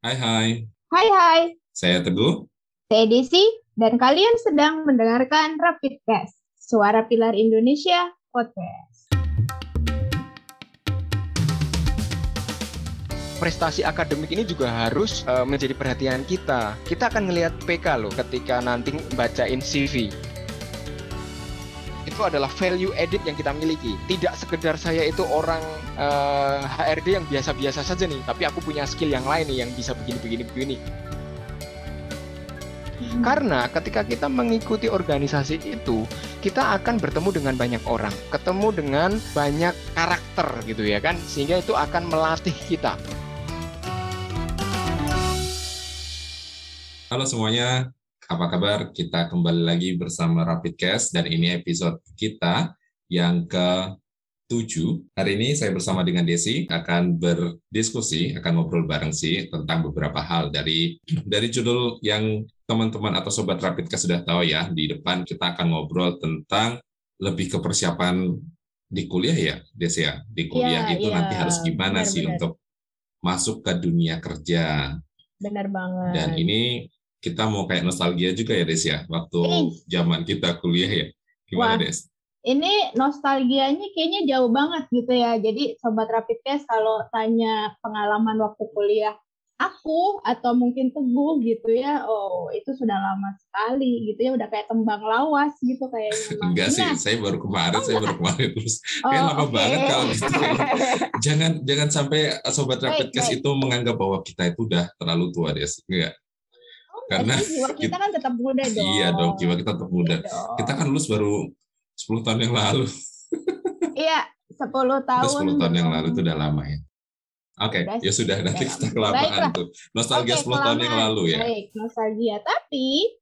Hai hai, Hai hai, saya Teguh. saya Desi, dan kalian sedang mendengarkan Rapidcast, Suara Pilar Indonesia Podcast. Prestasi akademik ini juga harus menjadi perhatian kita. Kita akan ngelihat PK loh ketika nanti bacain CV. Itu adalah value added yang kita miliki. Tidak sekedar saya itu orang HRD yang biasa-biasa saja nih, tapi aku punya skill yang lain nih yang bisa begini. Karena ketika kita mengikuti organisasi itu, kita akan bertemu dengan banyak orang, ketemu dengan banyak karakter gitu ya kan, sehingga itu akan melatih kita. Halo semuanya, apa kabar? Kita kembali lagi bersama Rapidcast dan ini episode kita yang ke-7. Hari ini saya bersama dengan Desi akan berdiskusi, akan ngobrol bareng sih tentang beberapa hal dari judul yang teman-teman atau sobat Rapidcast sudah tahu ya. Di depan kita akan ngobrol tentang lebih ke persiapan di kuliah ya, Desi ya. Di Iya, kuliah itu iya, nanti harus gimana sih benar-benar, untuk masuk ke dunia kerja. benar Dan banget. ini kita mau kayak nostalgia juga ya, Des ya, waktu Ih, zaman kita kuliah ya. Gimana, wah, Des? ini nostalgianya kayaknya jauh banget gitu ya. Jadi Sobat Rapidcast kalau tanya pengalaman waktu kuliah, aku atau mungkin Teguh gitu ya, oh itu sudah lama sekali gitu ya, udah kayak tembang lawas gitu kayaknya mah. Enggak sih, Nah, oh saya baru enggak. kemarin terus kayak Oh, lama oke. banget kalau gitu kayaknya. Jangan jangan sampai sobat Baik, Rapidcast baik. itu menganggap bahwa kita itu udah terlalu tua, Des. Enggak. Oh, enggak Karena sih, jiwa kita kita, kan tetap muda iya dong, dong. jiwa kita tetap Iya muda. Kita dong. kan lulus baru 10 tahun yang lalu. Iya, 10 Itu tahun 10 tahun yang belum. lalu itu udah lama ya. Oke, Udah ya sih, sudah udah nanti lama. kita kelamaan Baiklah. tuh. Nostalgia Oke, 10 tahun yang kelamaan. lalu ya. Baik, nostalgia. Tapi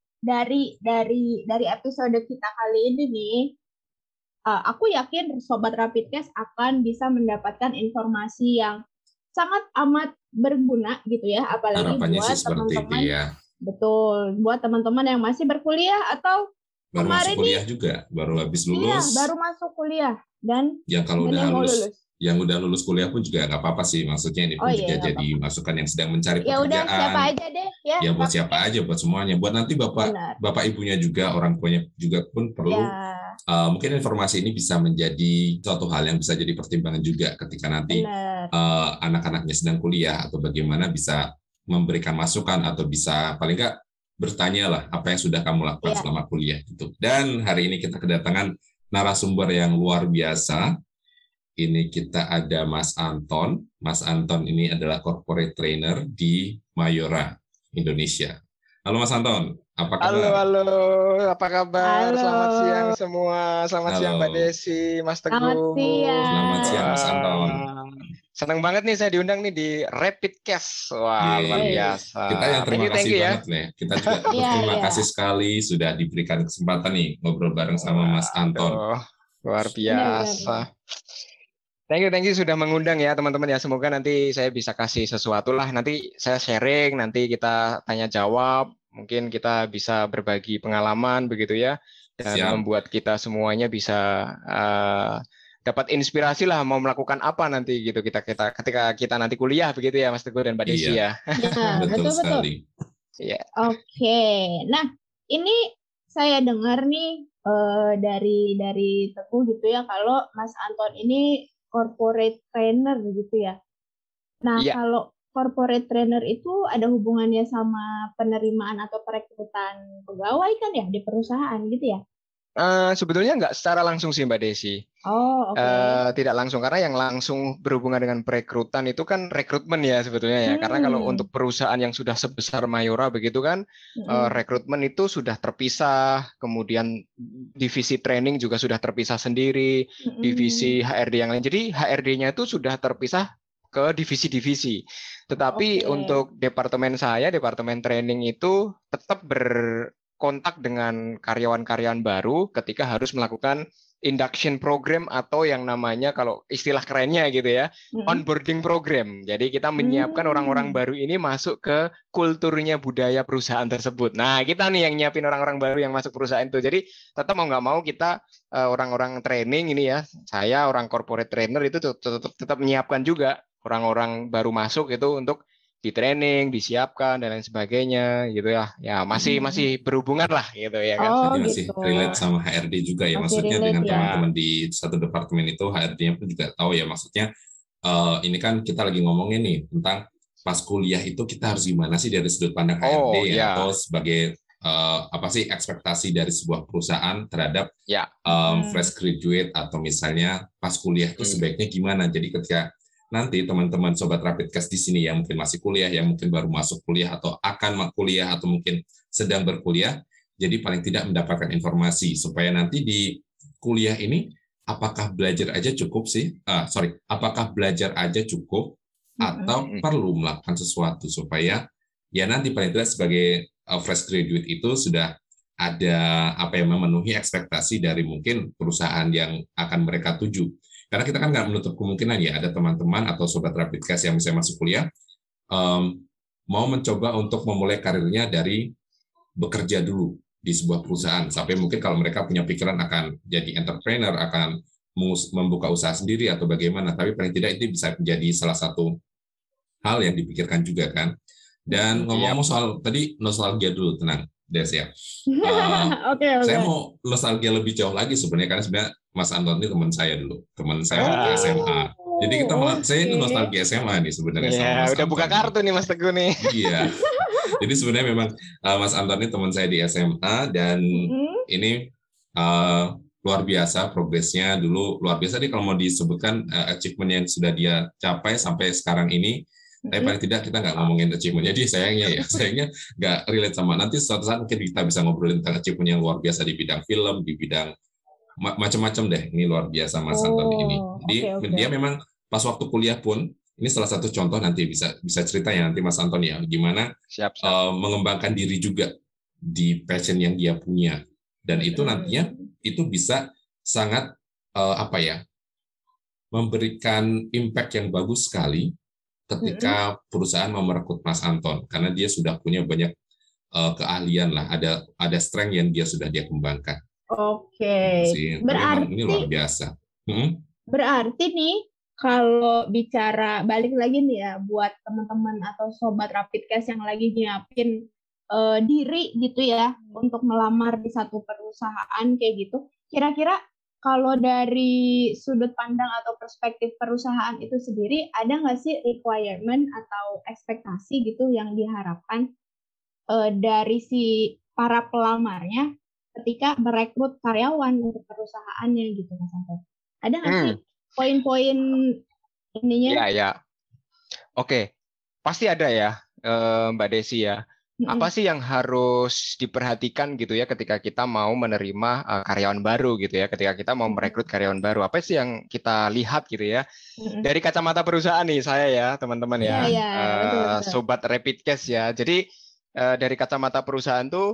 dari episode kita kali ini nih, aku yakin Sobat Rapidcast akan bisa mendapatkan informasi yang sangat amat berguna gitu ya, apalagi Harapannya sih buat seperti itu teman-teman, ya. betul, buat teman-teman yang masih berkuliah atau Baru masuk kemarin nih, kuliah juga, baru habis iya, lulus. baru masuk kuliah dan Yang kalau dan udah yang mau lulus, lulus. yang udah lulus kuliah pun juga nggak apa-apa sih. Maksudnya ini Oh pun iya, juga nggak jadi apa-apa. masukan yang sedang mencari Ya udah, siapa pekerjaan. aja deh ya, Ya buat siapa Rapidcast. aja, buat semuanya. Buat nanti bapak Benar. bapak ibunya juga, orang tuanya juga pun perlu. Ya, Mungkin informasi ini bisa menjadi suatu hal yang bisa jadi pertimbangan juga ketika nanti benar. anak-anaknya sedang kuliah atau bagaimana bisa memberikan masukan atau bisa paling nggak bertanya lah apa yang sudah kamu lakukan Ya, selama kuliah gitu. Dan hari ini kita kedatangan narasumber yang luar biasa. Ini kita ada Mas Anton. Mas Anton ini adalah corporate trainer di Mayora, Indonesia. Halo Mas Anton, apa Halo, kabar? halo, apa kabar? Selamat siang halo. semua. Selamat siang Mbak Halo, Desi, Mas Selamat Teguh. selamat siang siang. Mas Anton. Wah, senang banget nih saya diundang nih di Rapid Cast. Wah, luar Ye, Wih. biasa. kita yang Thank terima you, thank kasih you ya. banget nih. Kita juga Iya, berterima iya. kasih sekali sudah diberikan kesempatan nih ngobrol bareng sama Mas Anton. Waduh, luar Benar, benar, benar. biasa. Thank you sudah mengundang ya teman-teman ya. Semoga nanti saya bisa kasih sesuatu lah. Nanti saya sharing, nanti kita tanya jawab. Mungkin kita bisa berbagi pengalaman begitu ya. Dan Siap. membuat kita semuanya bisa dapat inspirasi lah mau melakukan apa nanti gitu ketika kita nanti kuliah begitu ya Mas Teguh dan Mbak Desi Iya, ya. Ya, betul betul-betul. sekali. Iya. Oke. Nah, ini saya dengar nih dari Teguh gitu ya, kalau Mas Anton ini corporate trainer gitu ya. Nah, Iya. kalau corporate trainer itu ada hubungannya sama penerimaan atau perekrutan pegawai kan ya di perusahaan gitu ya? Sebetulnya nggak secara langsung sih Mbak Desi. Oh, oke. Tidak langsung karena yang langsung berhubungan dengan perekrutan itu kan rekrutmen ya sebetulnya ya. Karena kalau Hmm. untuk perusahaan yang sudah sebesar Mayora begitu kan Mm-mm. rekrutmen itu sudah terpisah, kemudian divisi training juga sudah terpisah sendiri, divisi Mm-mm. HRD yang lain. Jadi HRD-nya itu sudah terpisah ke divisi-divisi. Tetapi Oke. untuk departemen saya, departemen training itu tetap berkontak dengan karyawan-karyawan baru ketika harus melakukan induction program atau yang namanya kalau istilah kerennya gitu ya, Mm-mm. onboarding program. Jadi kita menyiapkan orang-orang Hmm. baru ini masuk ke kulturnya budaya perusahaan tersebut. Nah, kita nih yang nyiapin orang-orang baru yang masuk perusahaan itu. Jadi tetap mau nggak mau kita orang-orang training ini ya, saya orang corporate trainer itu tetap menyiapkan juga orang-orang baru masuk itu untuk di training, disiapkan dan lain sebagainya gitu ya. Ya masih berhubungan lah gitu ya kan. Oh, Jadi masih gitu. relate sama HRD juga ya. Masih Maksudnya relate dengan ya. teman-teman di satu departemen itu HRD-nya pun juga tahu ya. Maksudnya ini kan kita lagi ngomongin nih tentang pas kuliah itu kita harus gimana sih dari sudut pandang HRD Oh ya, ya, atau sebagai apa sih ekspektasi dari sebuah perusahaan terhadap ya. fresh graduate atau misalnya pas kuliah itu sebaiknya gimana. Jadi ketika nanti teman-teman sobat Rapid Cash di sini yang mungkin masih kuliah, yang mungkin baru masuk kuliah atau akan kuliah atau mungkin sedang berkuliah, jadi paling tidak mendapatkan informasi supaya nanti di kuliah ini apakah belajar aja cukup sih? Apakah belajar aja cukup atau perlu melakukan sesuatu supaya ya nanti paling tidak sebagai fresh graduate itu sudah ada apa yang memenuhi ekspektasi dari mungkin perusahaan yang akan mereka tuju. Karena kita kan nggak menutup kemungkinan ya ada teman-teman atau sobat Rapid Cash yang misalnya masuk kuliah mau mencoba untuk memulai karirnya dari bekerja dulu di sebuah perusahaan sampai mungkin kalau mereka punya pikiran akan jadi entrepreneur, akan membuka usaha sendiri atau bagaimana, tapi paling tidak itu bisa menjadi salah satu hal yang dipikirkan juga kan. Dan ngomong-ngomong soal tadi nostalgia dulu, tenang Des ya. Okay. Saya mau nostalgia lebih jauh lagi sebenarnya, karena sebenarnya Mas Anton ini teman saya dulu, teman saya waktu SMA. Jadi saya itu nostalgia SMA nih sebenarnya sama Mas udah Anton. Buka kartu nih Mas Teguh nih. Iya. Jadi sebenarnya memang Mas Anton ini teman saya di SMA dan ini luar biasa progresnya dulu, luar biasa nih kalau mau disebutkan achievement yang sudah dia capai sampai sekarang ini. Tapi paling tidak kita nggak ngomongin achievement. Jadi sayangnya nggak relate sama. Nanti suatu saat mungkin kita bisa ngobrolin tentang achievement yang luar biasa di bidang film, di bidang macam-macam deh. Ini luar biasa Mas Anton ini. Jadi dia memang pas waktu kuliah pun, ini salah satu contoh, nanti bisa cerita ya nanti Mas Anton ya, gimana mengembangkan diri juga di passion yang dia punya. Dan itu nantinya itu bisa sangat memberikan impact yang bagus sekali ketika perusahaan mau merekrut Mas Anton, karena dia sudah punya banyak keahlian lah, ada strength yang sudah dia kembangkan. Oke. Berarti ini luar biasa. Berarti nih kalau bicara balik lagi nih ya buat teman-teman atau sobat Rapid Cash yang lagi nyiapin diri gitu ya untuk melamar di satu perusahaan kayak gitu, kira-kira kalau dari sudut pandang atau perspektif perusahaan itu sendiri, ada nggak sih requirement atau ekspektasi gitu yang diharapkan dari si para pelamarnya ketika merekrut karyawan untuk perusahaannya gitu Mas Anton? Ada nggak sih poin-poin ininya? Ya. Oke, pasti ada ya Mbak Desi ya. Apa sih yang harus diperhatikan gitu ya ketika kita mau menerima karyawan baru gitu ya, ketika kita mau merekrut karyawan baru, apa sih yang kita lihat gitu ya dari kacamata perusahaan nih saya ya teman-teman ya, betul. sobat Rapid Cash ya. Jadi dari kacamata perusahaan tuh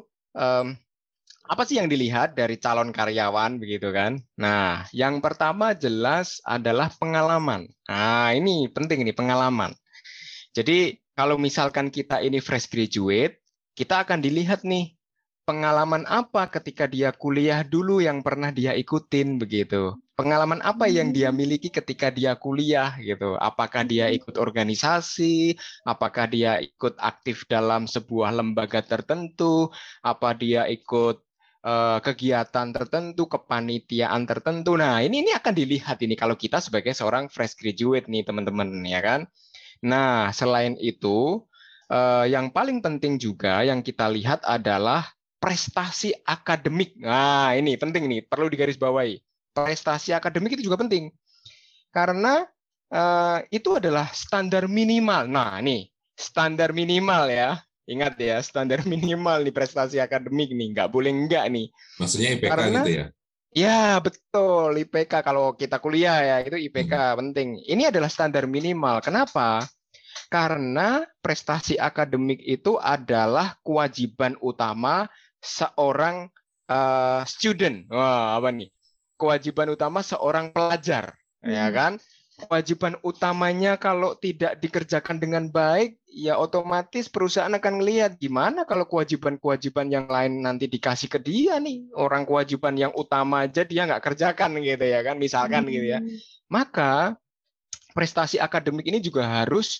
apa sih yang dilihat dari calon karyawan begitu kan? Nah, yang pertama jelas adalah pengalaman. Nah, ini penting nih pengalaman. Jadi kalau misalkan kita ini fresh graduate, kita akan dilihat nih pengalaman apa ketika dia kuliah dulu yang pernah dia ikutin begitu. Pengalaman apa yang dia miliki ketika dia kuliah gitu. Apakah dia ikut organisasi, apakah dia ikut aktif dalam sebuah lembaga tertentu, apa dia ikut kegiatan tertentu, kepanitiaan tertentu. Nah, ini akan dilihat ini kalau kita sebagai seorang fresh graduate nih, teman-teman ya kan. Nah, selain itu, yang paling penting juga yang kita lihat adalah prestasi akademik. Nah, ini penting nih, perlu digarisbawahi. Prestasi akademik itu juga penting. Karena itu adalah standar minimal. Nah, nih, standar minimal ya. Ingat ya, standar minimal nih prestasi akademik nih. Nggak boleh enggak nih. Maksudnya IPK gitu ya? Ya, betul. IPK kalau kita kuliah ya, itu IPK penting. Ini adalah standar minimal. Kenapa? Karena prestasi akademik itu adalah kewajiban utama seorang student. Wah, apa nih? Kewajiban utama seorang pelajar, ya kan? Kewajiban utamanya kalau tidak dikerjakan dengan baik, ya otomatis perusahaan akan melihat gimana kalau kewajiban-kewajiban yang lain nanti dikasih ke dia nih. Orang kewajiban yang utama aja dia nggak kerjakan gitu ya kan, misalkan gitu ya. Maka prestasi akademik ini juga harus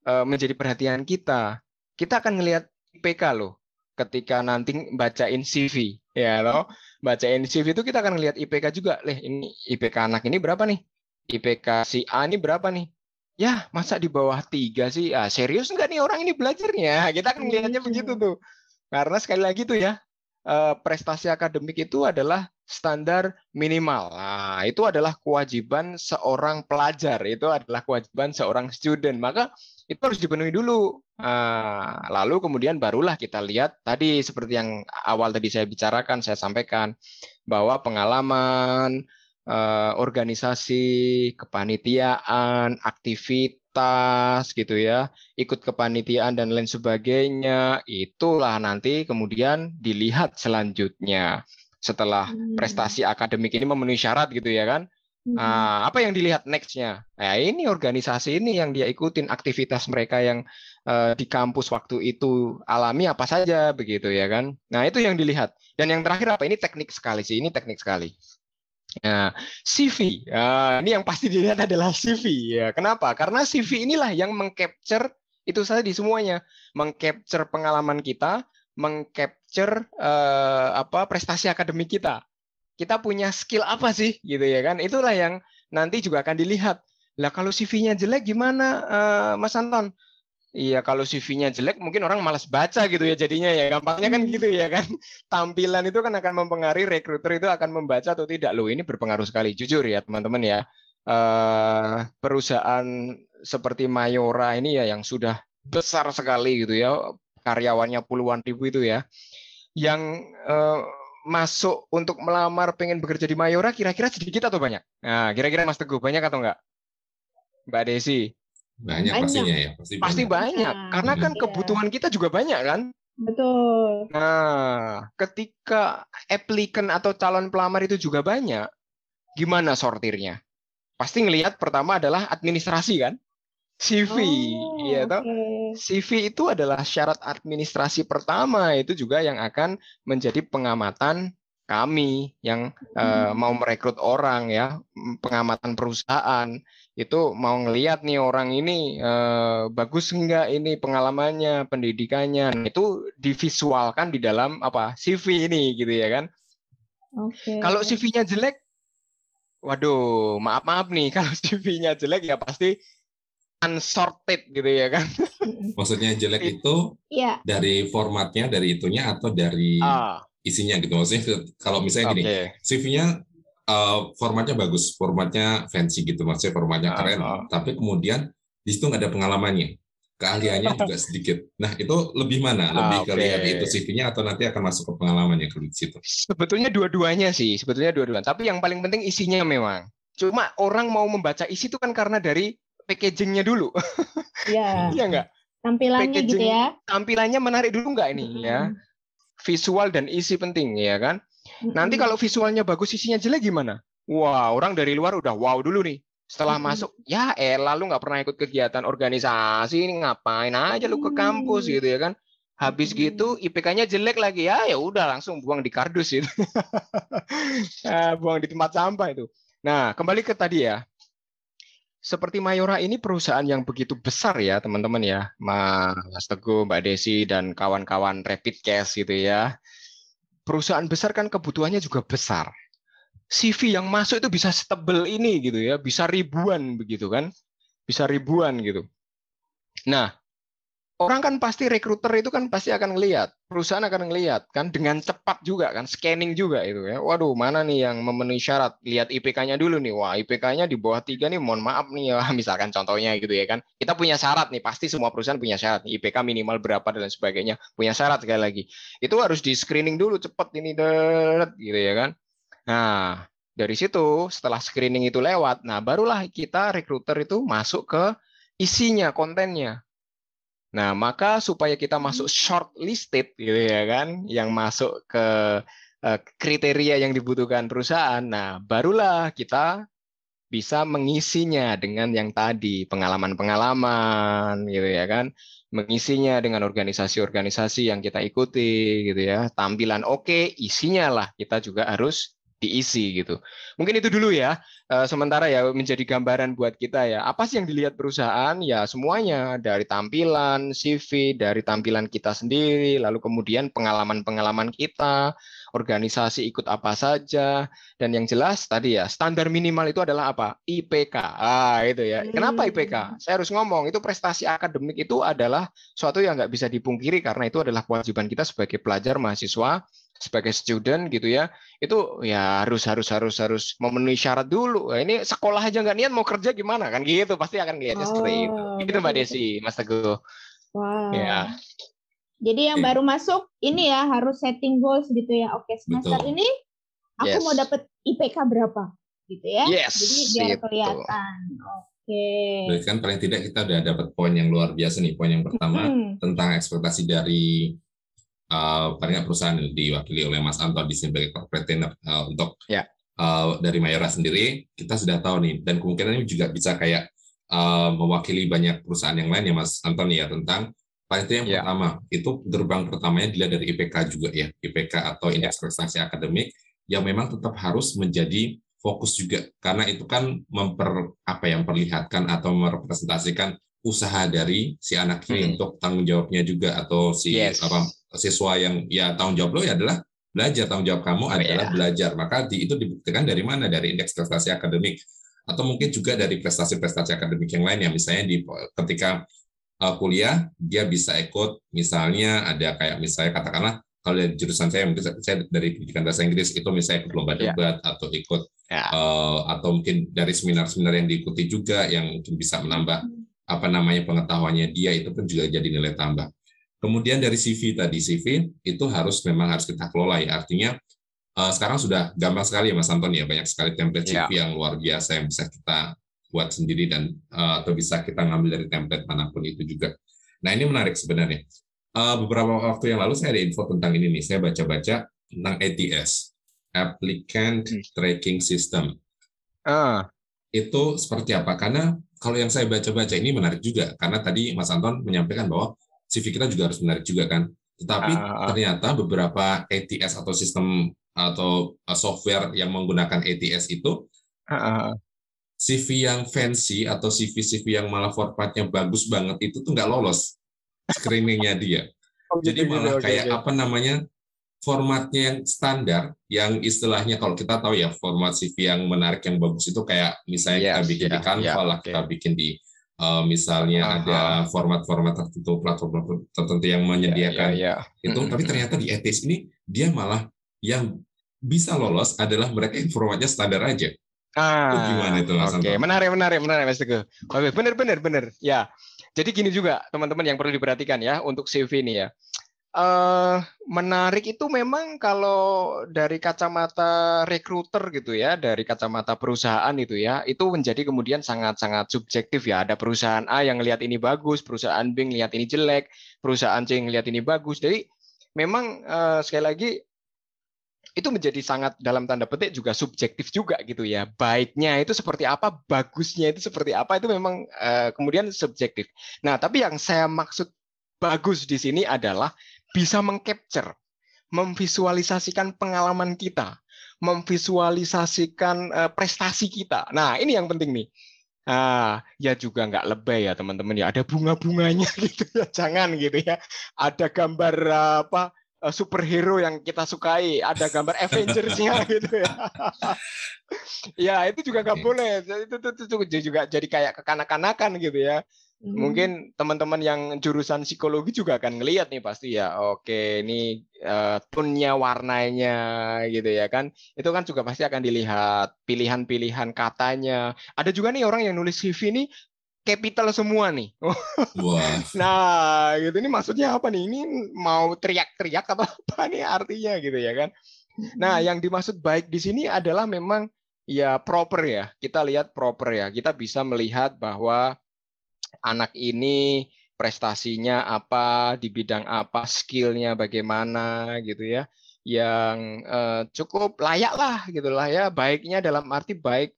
menjadi perhatian kita. Kita akan ngelihat IPK loh ketika nanti bacain CV, ya loh. Bacain CV itu kita akan ngelihat IPK juga. Ini IPK anak ini berapa nih? IPK si A ini berapa nih? Ya, masa di bawah 3 sih? Serius nggak nih orang ini belajarnya? Kita akan melihatnya begitu tuh. Karena sekali lagi tuh ya, prestasi akademik itu adalah standar minimal. Nah, itu adalah kewajiban seorang pelajar, itu adalah kewajiban seorang student. Maka itu harus dipenuhi dulu. Lalu kemudian barulah kita lihat tadi seperti yang awal tadi saya bicarakan, saya sampaikan bahwa pengalaman, organisasi, kepanitiaan, aktivitas gitu ya, ikut kepanitiaan dan lain sebagainya, itulah nanti kemudian dilihat selanjutnya setelah prestasi akademik ini memenuhi syarat gitu ya kan. Apa yang dilihat next-nya? Ini organisasi ini yang dia ikutin, aktivitas mereka yang di kampus waktu itu alami apa saja begitu ya kan. Nah, itu yang dilihat. Dan yang terakhir apa? Ini teknik sekali sih, ini teknik sekali. Nah, CV, ini yang pasti dilihat adalah CV. Ya, kenapa? Karena CV inilah yang mengcapture itu tadi semuanya, mengcapture pengalaman kita, mengcapture prestasi akademik kita. Kita punya skill apa sih, gitu ya kan? Itulah yang nanti juga akan dilihat. Lah kalau CV-nya jelek gimana, Mas Anton? Iya, kalau CV-nya jelek mungkin orang malas baca gitu ya jadinya ya. Gampangnya kan gitu ya kan. Tampilan itu kan akan mempengaruhi rekruter itu akan membaca atau tidak. Loh, ini berpengaruh sekali. Jujur ya teman-teman ya. Perusahaan seperti Mayora ini ya yang sudah besar sekali gitu ya. Karyawannya puluhan ribu itu ya. Yang masuk untuk melamar pengen bekerja di Mayora kira-kira sedikit atau banyak? Nah, kira-kira Mas Teguh banyak atau enggak? Mbak Desi? Banyak pastinya ya, pasti banyak. Karena kan kebutuhan kita juga banyak kan. Betul. Nah, ketika applicant atau calon pelamar itu juga banyak, gimana sortirnya? Pasti ngelihat pertama adalah administrasi kan, CV, ya toh. CV itu adalah syarat administrasi pertama, itu juga yang akan menjadi pengamatan kami yang mau merekrut orang ya, pengamatan perusahaan. Itu mau ngelihat nih orang ini bagus enggak ini pengalamannya, pendidikannya. Nah, itu divisualkan di dalam CV ini gitu ya kan. Kalau CV-nya jelek, waduh, maaf nih kalau CV-nya jelek ya pasti unsorted gitu ya kan. Maksudnya jelek itu dari formatnya, dari itunya atau dari isinya gitu. Maksudnya kalau misalnya gini, CV-nya formatnya bagus, formatnya fancy gitu, maksudnya formatnya keren, tapi kemudian di situ nggak ada pengalamannya, keahliannya juga sedikit. Nah, itu lebih mana? Lebih ke lihat itu CV-nya atau nanti akan masuk ke pengalamannya ke situ? Sebetulnya dua-duanya sih, tapi yang paling penting isinya memang. Cuma orang mau membaca isi itu kan karena dari packaging-nya dulu. Iya. Iya nggak? Tampilannya gitu ya. Tampilannya menarik dulu nggak ini ya? Visual dan isi penting ya kan? Nanti kalau visualnya bagus, isinya jelek gimana? Wah, orang dari luar udah wow dulu nih. Setelah masuk, ya lalu nggak pernah ikut kegiatan organisasi, ini ngapain aja lu ke kampus gitu ya kan? Habis gitu IPK-nya jelek lagi ya udah langsung buang di kardus itu. Buang di tempat sampah itu. Nah, kembali ke tadi ya. Seperti Mayora ini perusahaan yang begitu besar ya teman-teman ya, Mas Teguh, Mbak Desi dan kawan-kawan Rapid Cash gitu ya. Perusahaan besar kan kebutuhannya juga besar. CV yang masuk itu bisa setebel ini gitu ya, bisa ribuan begitu kan, bisa ribuan gitu. Nah, orang kan pasti rekruter itu kan pasti akan ngelihat, perusahaan akan ngelihat kan dengan cepat juga kan, scanning juga itu ya. Waduh, mana nih yang memenuhi syarat? Lihat IPK-nya dulu nih. Wah, IPK-nya di bawah 3 nih, mohon maaf nih ya, misalkan contohnya gitu ya kan. Kita punya syarat nih, pasti semua perusahaan punya syarat. IPK minimal berapa dan sebagainya, punya syarat sekali lagi. Itu harus di screening dulu cepat ini gitu ya kan. Nah, dari situ setelah screening itu lewat, nah barulah kita rekruter itu masuk ke isinya, kontennya. Nah, maka supaya kita masuk shortlisted gitu ya kan, yang masuk ke kriteria yang dibutuhkan perusahaan. Nah, barulah kita bisa mengisinya dengan yang tadi, pengalaman-pengalaman gitu ya kan. Mengisinya dengan organisasi-organisasi yang kita ikuti gitu ya. Tampilan oke, isinya lah kita juga harus diisi gitu. Mungkin itu dulu ya. Sementara ya menjadi gambaran buat kita ya. Apa sih yang dilihat perusahaan? Ya semuanya, dari tampilan, CV, dari tampilan kita sendiri, lalu kemudian pengalaman-pengalaman kita, organisasi ikut apa saja, dan yang jelas tadi ya, standar minimal itu adalah apa? IPK. Itu ya. Kenapa IPK? Saya harus ngomong, itu prestasi akademik itu adalah suatu yang nggak bisa dipungkiri karena itu adalah kewajiban kita sebagai pelajar mahasiswa, sebagai student gitu ya. Itu ya harus memenuhi syarat dulu. Nah, ini sekolah aja nggak niat mau kerja gimana kan gitu, pasti akan lihatnya seperti itu. Itu Mbak Desi, Mas Teguh. Wow. Ya. Jadi yang baru masuk ini ya harus setting goals gitu ya. Oke, semester ini aku mau dapat IPK berapa gitu ya. Jadi biar kelihatan. Oke. Berarti kan paling tidak kita udah dapat poin yang luar biasa nih. Poin yang pertama tentang ekspektasi dari paling perusahaan yang diwakili oleh Mas Anton di sini sebagai corporate trainer untuk dari Mayora sendiri, kita sudah tahu nih, dan kemungkinan ini juga bisa kayak mewakili banyak perusahaan yang lain ya Mas Anton ya, tentang paling tidak yang pertama itu gerbang pertamanya dilihat dari IPK juga ya, IPK atau indeks prestasi akademik yang memang tetap harus menjadi fokus juga, karena itu kan memperlihatkan atau merepresentasikan usaha dari si anak ini untuk tanggung jawabnya juga, atau si siswa yang ya tanggung jawab lo ya adalah belajar, tanggung jawab kamu adalah belajar, maka itu dibuktikan dari mana? Dari indeks prestasi akademik, atau mungkin juga dari prestasi-prestasi akademik yang lain ya, misalnya ketika kuliah dia bisa ikut, misalnya ada kayak misalnya katakanlah kalau dari jurusan saya, mungkin saya dari pendidikan bahasa Inggris itu misalnya ikut lomba debat atau ikut atau mungkin dari seminar-seminar yang diikuti juga yang mungkin bisa menambah pengetahuannya dia, itu pun juga jadi nilai tambah. Kemudian dari CV tadi, CV itu memang harus kita kelola ya, artinya sekarang sudah gampang sekali ya Mas Anton ya, banyak sekali template CV yang luar biasa yang bisa kita buat sendiri dan atau bisa kita ngambil dari template manapun itu juga. Nah ini menarik sebenarnya. Beberapa waktu yang lalu saya ada info tentang ini nih, saya baca-baca tentang ATS, Applicant Tracking System. Itu seperti apa? Karena kalau yang saya baca-baca ini menarik juga, karena tadi Mas Anton menyampaikan bahwa CV kita juga harus menarik juga kan. Tetapi ternyata beberapa ATS atau sistem atau software yang menggunakan ATS itu CV yang fancy atau CV yang malah formatnya bagus banget itu tuh nggak lolos screeningnya dia. Jadi malah kayak formatnya yang standar, yang istilahnya kalau kita tahu ya format CV yang menarik yang bagus itu kayak misalnya kita bikin di Canva lah, kita bikin di misalnya ada format-format tertentu, platform tertentu yang menyediakan itu, tapi ternyata di ATS ini dia malah yang bisa lolos adalah mereka yang formatnya standar aja. Itu gimana itu Mas Anton? Menarik Mas Teguh. Benar. Ya, jadi gini juga teman-teman yang perlu diperhatikan ya untuk CV ini ya. Menarik itu memang kalau dari kacamata recruiter gitu ya, dari kacamata perusahaan itu ya, itu menjadi kemudian sangat-sangat subjektif ya. Ada perusahaan A yang lihat ini bagus, perusahaan B lihat ini jelek, perusahaan C yang lihat ini bagus. Jadi memang sekali lagi itu menjadi sangat dalam tanda petik juga subjektif juga gitu ya. Baiknya itu seperti apa, bagusnya itu seperti apa, itu memang kemudian subjektif. Nah, tapi yang saya maksud bagus di sini adalah bisa mengcapture, memvisualisasikan pengalaman kita, memvisualisasikan prestasi kita. Nah, ini yang penting nih. Ya juga nggak lebay ya teman-teman ya. Ada bunga-bunganya gitu ya, jangan gitu ya. Ada gambar superhero yang kita sukai, ada gambar Avengers-nya gitu ya. Ya itu juga nggak boleh. Itu juga jadi kayak kekanak-kanakan gitu ya. Mungkin teman-teman yang jurusan psikologi juga akan ngelihat nih pasti ya. Oke, ini tone-nya, warnanya gitu ya kan. Itu kan juga pasti akan dilihat pilihan-pilihan katanya. Ada juga nih orang yang nulis CV nih capital semua nih. Nah, gitu ini maksudnya apa nih? Ini mau teriak-teriak atau apa nih artinya gitu ya kan. Nah, yang dimaksud baik di sini adalah memang ya proper ya. Kita lihat proper ya. Kita bisa melihat bahwa anak ini prestasinya apa, di bidang apa, skill-nya bagaimana gitu ya, yang cukup layak lah gitulah ya, baiknya dalam arti baik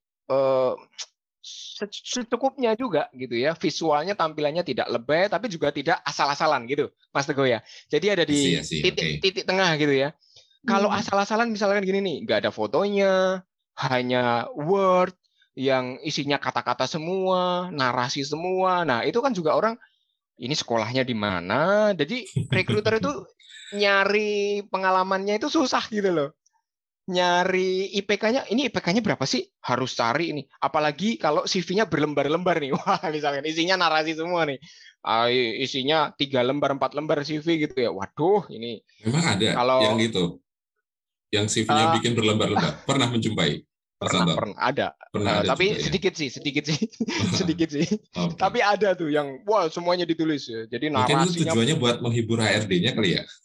secukupnya juga gitu ya, visualnya tampilannya tidak lebay tapi juga tidak asal-asalan gitu Mas Teguh ya. Jadi ada di titik tengah gitu ya. Kalau asal-asalan misalkan gini nih, nggak ada fotonya, hanya Word yang isinya kata-kata semua, narasi semua. Nah, itu kan juga orang, ini sekolahnya di mana? Jadi recruiter itu nyari pengalamannya itu susah gitu loh. Nyari IPK-nya, ini IPK-nya berapa sih? Harus cari ini. Apalagi kalau CV-nya berlembar-lembar nih. Wah, misalkan isinya narasi semua nih. Isinya 3 lembar, 4 lembar CV gitu ya. Waduh, ini Memang ada yang kalau gitu, yang CV-nya uh, bikin berlembar-lembar. Pernah menjumpai, Mas Anton? pernah ada. Pernah ada juga Tapi ya. sedikit sih, sedikit sih. Oke. Tapi ada tuh yang wah semuanya ditulis ya. Jadi Mungkin itu narasinya tujuannya buat menghibur HRD-nya kali ya.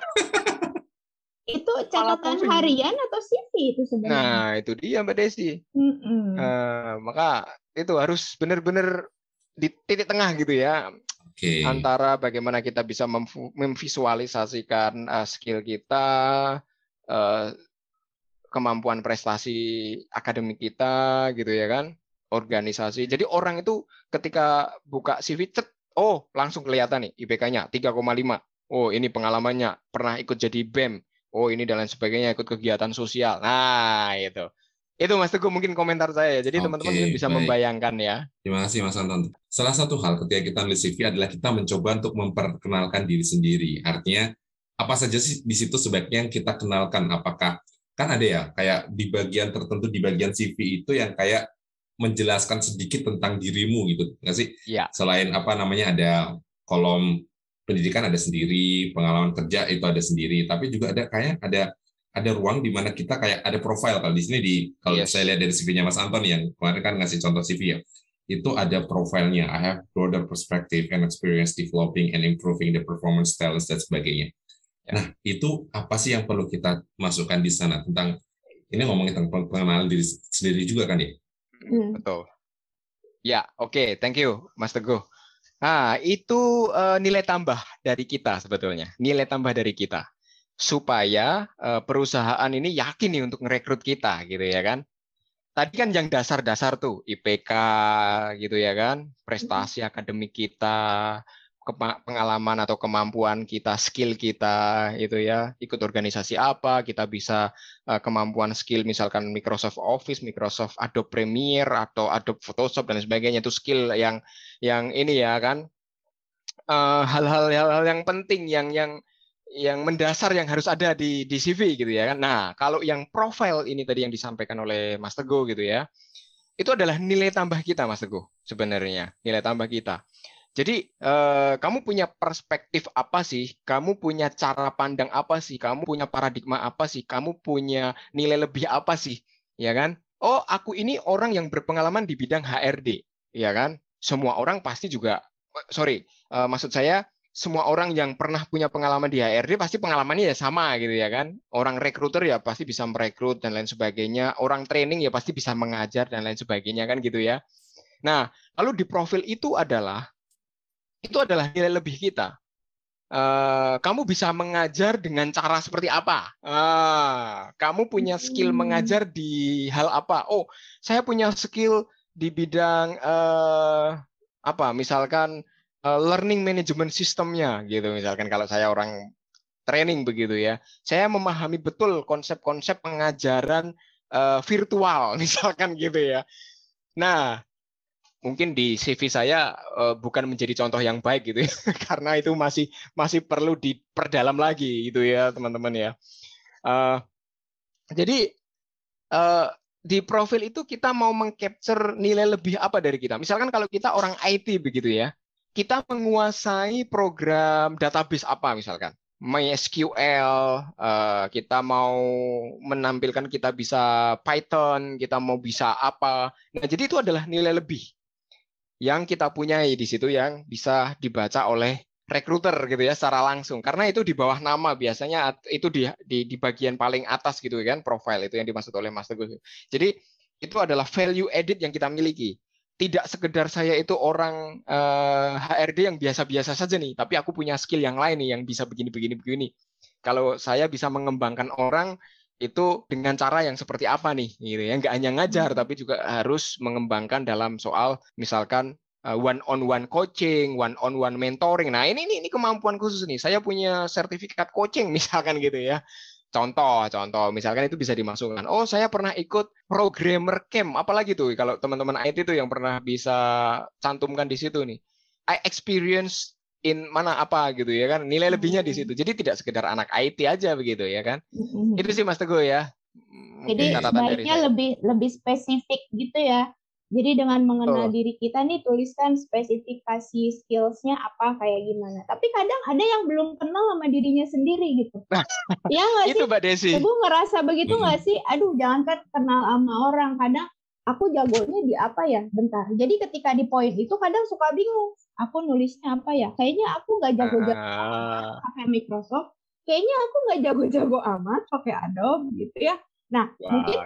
Itu malah catatan pusing. harian atau CV itu sebenarnya? Nah, itu dia Mbak Desi. Maka itu harus benar-benar di titik tengah gitu ya. Oke. Antara bagaimana kita bisa memvisualisasikan skill kita, kemampuan prestasi akademik kita gitu ya kan, organisasi. Jadi orang itu ketika buka CV, oh langsung kelihatan nih IPK-nya 3,5. Oh ini pengalamannya, pernah ikut jadi BEM. Oh ini dan lain sebagainya, ikut kegiatan sosial. Nah itu. Itu Mas Teguh mungkin komentar saya ya. Jadi teman-teman mungkin Oke, bisa baik. membayangkan ya. Terima kasih Mas Anton. Salah satu hal ketika kita nulis CV adalah kita mencoba untuk memperkenalkan diri sendiri. Artinya apa saja sih di situ sebaiknya yang kita kenalkan? Apakah kan ada ya kayak di bagian tertentu di bagian CV itu yang kayak menjelaskan sedikit tentang dirimu gitu, nggak sih? Ya, Selain apa namanya ada kolom pendidikan ada sendiri, pengalaman kerja itu ada sendiri, tapi juga ada kayak ada ruang di mana kita kayak ada profile. Kalau di sini kalau saya yes. lihat dari CV-nya Mas Anton yang kemarin kan ngasih contoh CV ya, itu ada profilnya. I have broader perspective and experience developing and improving the performance styles dan sebagainya. Ya. Nah, itu apa sih yang perlu kita masukkan di sana tentang ini ngomongin tentang pengenalan diri sendiri juga kan ya? Betul. Ya, oke, thank you Mas Teguh. Nah, itu nilai tambah dari kita sebetulnya. Nilai tambah dari kita. Supaya perusahaan ini yakin nih untuk merekrut kita gitu ya kan. Tadi kan yang dasar-dasar tuh IPK gitu ya kan, prestasi akademik kita, pengalaman atau kemampuan kita, skill kita itu ya, ikut organisasi apa, kita bisa kemampuan skill misalkan Microsoft Office, Microsoft Adobe Premiere atau Adobe Photoshop dan sebagainya, itu skill yang ini ya kan, hal-hal yang penting yang mendasar yang harus ada di CV gitu ya kan. Nah, kalau yang profile ini tadi yang disampaikan oleh Mas Teguh gitu ya, itu adalah nilai tambah kita Mas Teguh sebenarnya, nilai tambah kita. Jadi kamu punya perspektif apa sih? Kamu punya cara pandang apa sih? Kamu punya paradigma apa sih? Kamu punya nilai lebih apa sih? Ya kan? Oh, aku ini orang yang berpengalaman di bidang HRD, ya kan? Semua orang pasti juga, maksud saya semua orang yang pernah punya pengalaman di HRD pasti pengalamannya ya sama gitu ya kan. Orang rekruter ya pasti bisa merekrut dan lain sebagainya. Orang training ya pasti bisa mengajar dan lain sebagainya kan gitu ya. Nah, lalu di profil itu adalah nilai lebih kita. Kamu bisa mengajar dengan cara seperti apa? Kamu punya skill mengajar di hal apa? Oh, saya punya skill di bidang apa? Misalkan learning management systemnya, gitu. Misalkan kalau saya orang training begitu ya, saya memahami betul konsep-konsep pengajaran virtual, misalkan gitu ya. Nah, mungkin di CV saya bukan menjadi contoh yang baik gitu ya, karena itu masih perlu diperdalam lagi gitu ya teman-teman ya. Jadi di profil itu kita mau mengcapture nilai lebih apa dari kita. Misalkan kalau kita orang IT begitu ya, kita menguasai program database apa misalkan. MySQL, kita mau menampilkan kita bisa Python, kita mau bisa apa. Nah, jadi itu adalah nilai lebih yang kita punyai di situ yang bisa dibaca oleh rekruter gitu ya secara langsung, karena itu di bawah nama biasanya itu di bagian paling atas gitu kan, profile itu yang dimaksud oleh Mas Teguh. Jadi itu adalah value added yang kita miliki, tidak sekedar saya itu orang HRD yang biasa-biasa saja nih, tapi aku punya skill yang lain nih yang bisa begini. Kalau saya bisa mengembangkan orang itu dengan cara yang seperti apa nih gitu ya, nggak hanya ngajar tapi juga harus mengembangkan dalam soal misalkan one on one coaching, one on one mentoring. Nah, ini kemampuan khusus nih. Saya punya sertifikat coaching misalkan gitu ya. Contoh, misalkan itu bisa dimasukkan. Oh, saya pernah ikut programmer camp, apalagi tuh kalau teman-teman IT tuh yang pernah bisa cantumkan di situ nih. I experience in mana apa gitu ya kan, nilai lebihnya di situ. Jadi tidak sekedar anak IT aja begitu ya kan. Itu sih Mas Teguh ya. Jadi sebaiknya lebih spesifik gitu ya. Jadi dengan mengenal diri kita nih, tuliskan spesifikasi skills-nya apa, kayak gimana. Tapi kadang ada yang belum kenal sama dirinya sendiri gitu. Iya nggak sih? Itu Mbak Desi. Aku ngerasa begitu nggak sih? Aduh, jangankan kenal sama orang. Kadang aku jagonya di apa ya? Bentar. Jadi ketika di poin itu kadang suka bingung. Aku nulisnya apa ya? Kayaknya aku nggak jago-jago amat pakai Microsoft. Kayaknya aku nggak jago-jago amat pakai Adobe gitu ya. Nah, mungkin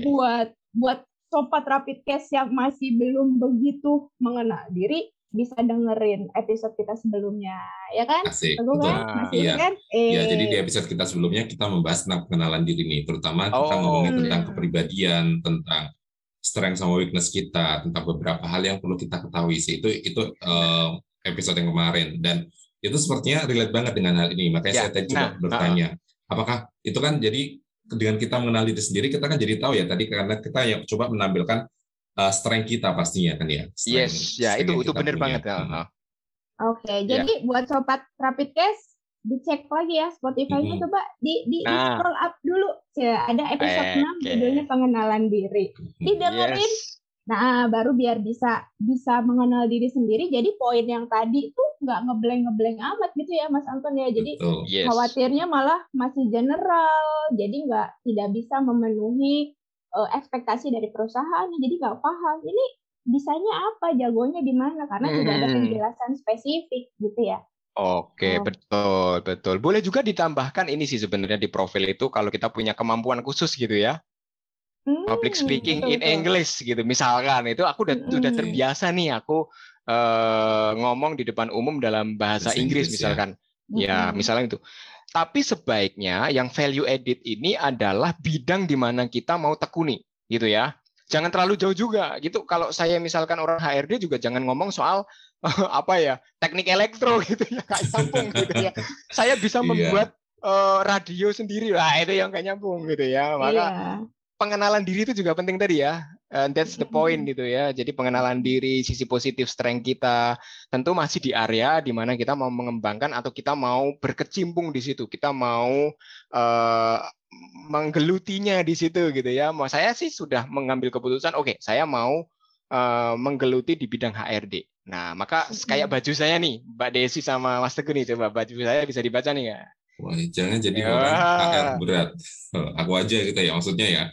buat sobat Rapid Cast yang masih belum begitu mengenal diri, bisa dengerin episode kita sebelumnya, ya kan? Asik, betul kan? Masih iya. kan? Ya, jadi di episode kita sebelumnya kita membahas tentang pengenalan diri nih, terutama kita ngomongin tentang kepribadian, tentang strength sama weakness kita, tentang beberapa hal yang perlu kita ketahui sih. Itu episode yang kemarin, dan itu sepertinya relate banget dengan hal ini. Makanya saya tadi coba bertanya, apakah itu kan jadi dengan kita mengenal diri sendiri, kita kan jadi tahu ya tadi, karena kita yang coba menampilkan strength kita pastinya kan ya. Itu benar banget ya. Oke, jadi buat sobat Rapid Cast, dicek lagi ya Spotify-nya, coba di scroll up dulu. Ada episode 6 judulnya pengenalan diri. Didengerin. Nah, baru biar bisa mengenal diri sendiri. Jadi poin yang tadi tuh nggak ngeblank amat gitu ya Mas Anton ya. Jadi khawatirnya malah masih general. Jadi tidak bisa memenuhi ekspektasi dari perusahaan. Jadi nggak paham. Ini bisanya apa, jagonya di mana, karena tidak ada penjelasan spesifik gitu ya. Oke, betul. Boleh juga ditambahkan ini sih sebenarnya di profil itu, kalau kita punya kemampuan khusus gitu ya. Public speaking in English gitu misalkan, itu aku sudah terbiasa nih aku ngomong di depan umum dalam bahasa Inggris misalkan ya misalnya itu. Tapi sebaiknya yang value added ini adalah bidang di mana kita mau tekuni gitu ya, jangan terlalu jauh juga gitu. Kalau saya misalkan orang HRD juga jangan ngomong soal apa ya, teknik elektro gitu ya, nggak nyambung gitu ya. Saya bisa membuat radio sendiri lah, itu yang nggak nyambung gitu ya. Maka pengenalan diri itu juga penting tadi ya. That's the point gitu ya. Jadi pengenalan diri, sisi positif strength kita, tentu masih di area di mana kita mau mengembangkan atau kita mau berkecimpung di situ. Kita mau menggelutinya di situ gitu ya. Saya sih sudah mengambil keputusan, oke, saya mau menggeluti di bidang HRD. Nah, maka kayak baju saya nih, Mbak Desi sama Mas Teguh nih, coba baju saya bisa dibaca nih nggak? Wah, jangan jadi orang HR berat. Aku aja gitu ya, maksudnya ya.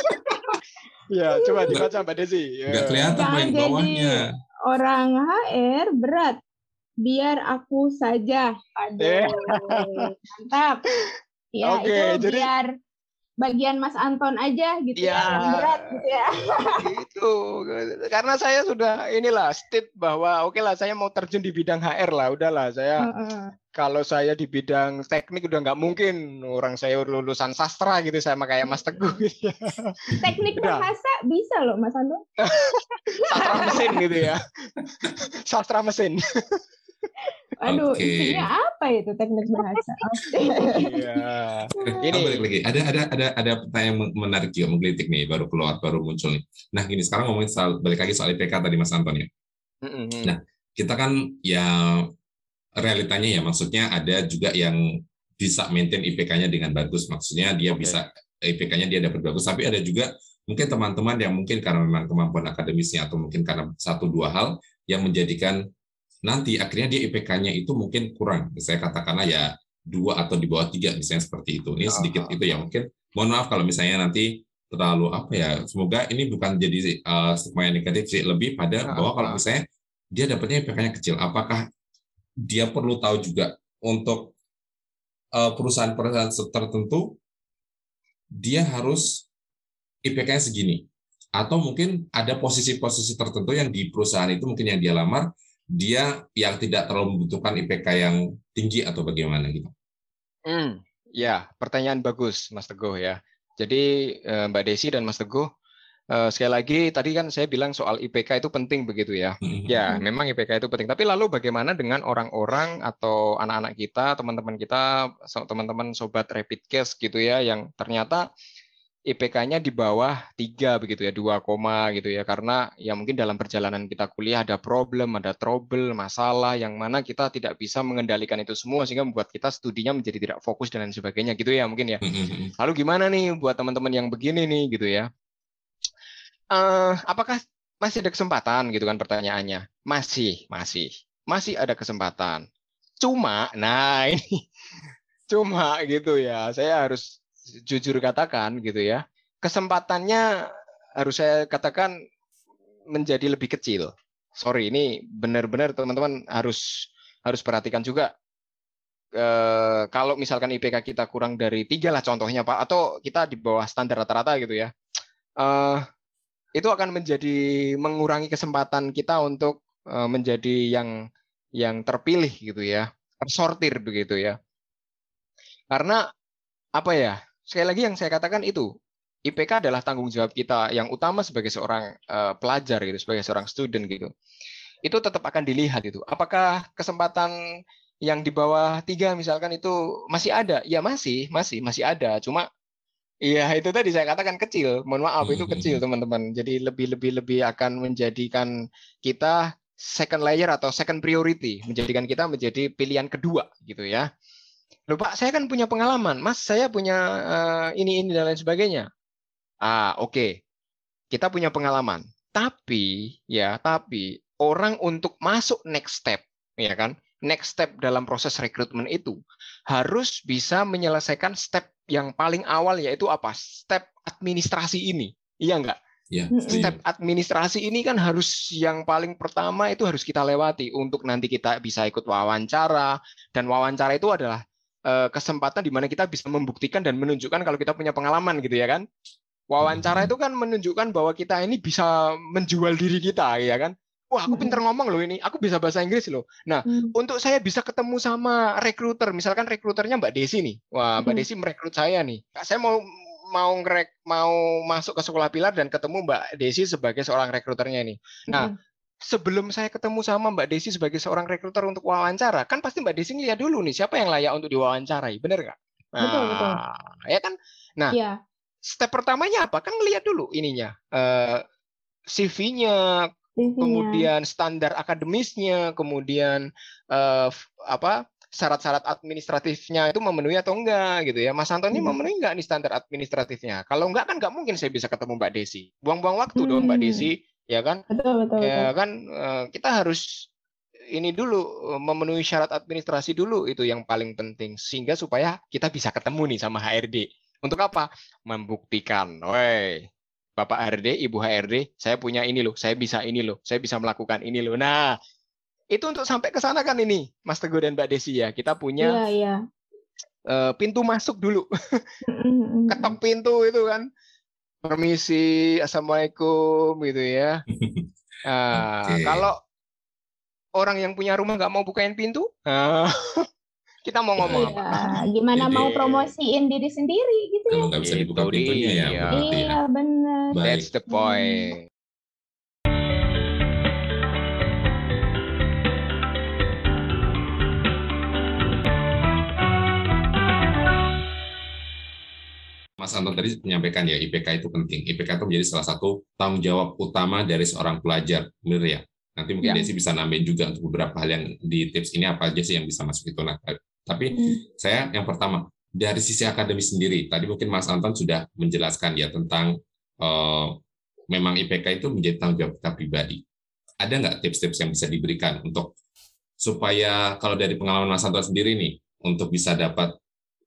Ya, coba dibaca Mbak Desi. Nggak kelihatan poin bawahnya. Orang HR berat. Biar aku saja. Aduh, mantap. Ya, itu jadi biar bagian Mas Anton aja gitu ya, yang berat gitu ya. Gitu. Karena saya sudah state bahwa oke lah, saya mau terjun di bidang HR lah, udahlah saya. Kalau saya di bidang teknik udah nggak mungkin, orang saya lulusan sastra gitu, sama kayak Mas Teguh gitu ya. Teknik bahasa bisa loh Mas Anton. Sastra mesin gitu ya. Sastra mesin. Aduh, isinya apa itu teknik bahasa? Ini balik lagi. Ada pertanyaan yang menarik juga, menggelitik nih, baru muncul nih. Nah, gini, sekarang ngomongin balik lagi soal IPK tadi Mas Anton ya. Nah, kita kan ya realitanya ya, maksudnya ada juga yang bisa maintain IPK-nya dengan bagus. Maksudnya dia bisa IPK-nya dia dapat bagus, tapi ada juga mungkin teman-teman yang mungkin karena memang kemampuan akademisnya atau mungkin karena 1-2 hal yang menjadikan nanti akhirnya dia IPK-nya itu mungkin kurang. Saya katakanlah ya 2 atau di bawah 3 misalnya seperti itu. Ini sedikit itu ya, mungkin mohon maaf kalau misalnya nanti terlalu apa ya, semoga ini bukan jadi stigma yang negatif sih, lebih pada bahwa kalau misalnya dia dapatnya IPK-nya kecil, apakah dia perlu tahu juga untuk perusahaan-perusahaan tertentu dia harus IPK-nya segini, atau mungkin ada posisi-posisi tertentu yang di perusahaan itu mungkin yang dia lamar dia yang tidak terlalu membutuhkan IPK yang tinggi atau bagaimana gitu? Ya, pertanyaan bagus Mas Teguh ya. Jadi Mbak Desi dan Mas Teguh, Sekali lagi tadi kan saya bilang soal IPK itu penting begitu ya. Ya, memang IPK itu penting. Tapi lalu bagaimana dengan orang-orang atau anak-anak kita, teman-teman kita, teman-teman sobat rapid case gitu ya, yang ternyata IPK-nya di bawah 3 begitu ya, 2 koma gitu ya. Karena ya mungkin dalam perjalanan kita kuliah ada problem, ada trouble, masalah yang mana kita tidak bisa mengendalikan itu semua sehingga membuat kita studinya menjadi tidak fokus dan lain sebagainya gitu ya mungkin ya. Lalu gimana nih buat teman-teman yang begini nih gitu ya. Apakah masih ada kesempatan gitu kan pertanyaannya? Masih ada kesempatan. Cuma, nah ini cuma gitu ya. Saya harus jujur katakan gitu ya. Kesempatannya harus saya katakan menjadi lebih kecil. Sorry, ini benar-benar teman-teman harus perhatikan juga. Kalau misalkan IPK kita kurang dari 3 lah contohnya Pak, atau kita di bawah standar rata-rata gitu ya. Itu akan mengurangi kesempatan kita untuk menjadi yang terpilih gitu ya, tersortir begitu ya. Karena apa ya? Sekali lagi yang saya katakan itu IPK adalah tanggung jawab kita yang utama sebagai seorang pelajar gitu, sebagai seorang student gitu. Itu tetap akan dilihat itu. Apakah kesempatan yang di bawah 3 misalkan itu masih ada? Ya masih ada. Cuma iya, itu tadi saya katakan kecil. Mohon maaf, itu kecil, teman-teman. Jadi lebih akan menjadikan kita second layer atau second priority, menjadikan kita menjadi pilihan kedua, gitu ya. Loh Pak, saya kan punya pengalaman. Mas, saya punya ini dan lain sebagainya. Oke. Kita punya pengalaman. Tapi orang untuk masuk next step, ya kan? Next step dalam proses rekrutmen itu harus bisa menyelesaikan step yang paling awal, yaitu apa? Step administrasi ini. Iya enggak? Ya, Step administrasi ini kan harus yang paling pertama itu harus kita lewati untuk nanti kita bisa ikut wawancara, dan wawancara itu adalah kesempatan di mana kita bisa membuktikan dan menunjukkan kalau kita punya pengalaman gitu ya kan. Wawancara itu kan menunjukkan bahwa kita ini bisa menjual diri kita ya kan. Wah, aku pinter ngomong loh ini, aku bisa bahasa Inggris loh. Nah, untuk saya bisa ketemu sama rekruter, misalkan rekruternya Mbak Desi nih. Wah, Mbak Desi merekrut saya nih. Saya mau masuk ke sekolah Pilar dan ketemu Mbak Desi sebagai seorang rekruternya nih. Nah, sebelum saya ketemu sama Mbak Desi sebagai seorang rekruter untuk wawancara, kan pasti Mbak Desi ngeliat dulu nih siapa yang layak untuk diwawancarai, bener nggak? Betul. Ya kan? Nah, step pertamanya apa? Kan ngeliat dulu ininya, CV-nya, kemudian standar akademisnya, kemudian syarat-syarat administratifnya itu memenuhi atau enggak gitu ya. Mas Antoni memenuhi enggak nih standar administratifnya? Kalau enggak kan enggak mungkin saya bisa ketemu Mbak Desi. Buang-buang waktu dong Mbak Desi, ya kan? Betul. Kan kita harus ini dulu memenuhi syarat administrasi dulu, itu yang paling penting sehingga supaya kita bisa ketemu nih sama HRD. Untuk apa? Membuktikan, woi, Bapak HRD, Ibu HRD, saya punya ini loh, saya bisa ini loh, saya bisa melakukan ini loh. Nah, itu untuk sampai ke sana kan ini, Mas Teguh dan Mbak Desi ya, kita punya pintu masuk dulu. Ketok pintu itu kan, permisi, assalamualaikum gitu ya. Kalau orang yang punya rumah nggak mau bukain pintu, kita mau ngomong apa? Gimana mau promosiin diri sendiri gitu ya? Kalau nggak bisa dibuka pintunya ya. Iya, benar. That's the point. Mas Anton tadi menyampaikan ya IPK itu penting. IPK itu menjadi salah satu tanggung jawab utama dari seorang pelajar, benar ya? Nanti mungkin Desi bisa nambahin juga untuk beberapa hal yang di tips ini apa aja sih yang bisa masuk itu. Nah, tapi saya yang pertama dari sisi akademis sendiri, tadi mungkin Mas Anton sudah menjelaskan ya tentang memang IPK itu menjadi tanggung jawab kita pribadi. Ada nggak tips-tips yang bisa diberikan untuk supaya kalau dari pengalaman Mas Anton sendiri nih untuk bisa dapat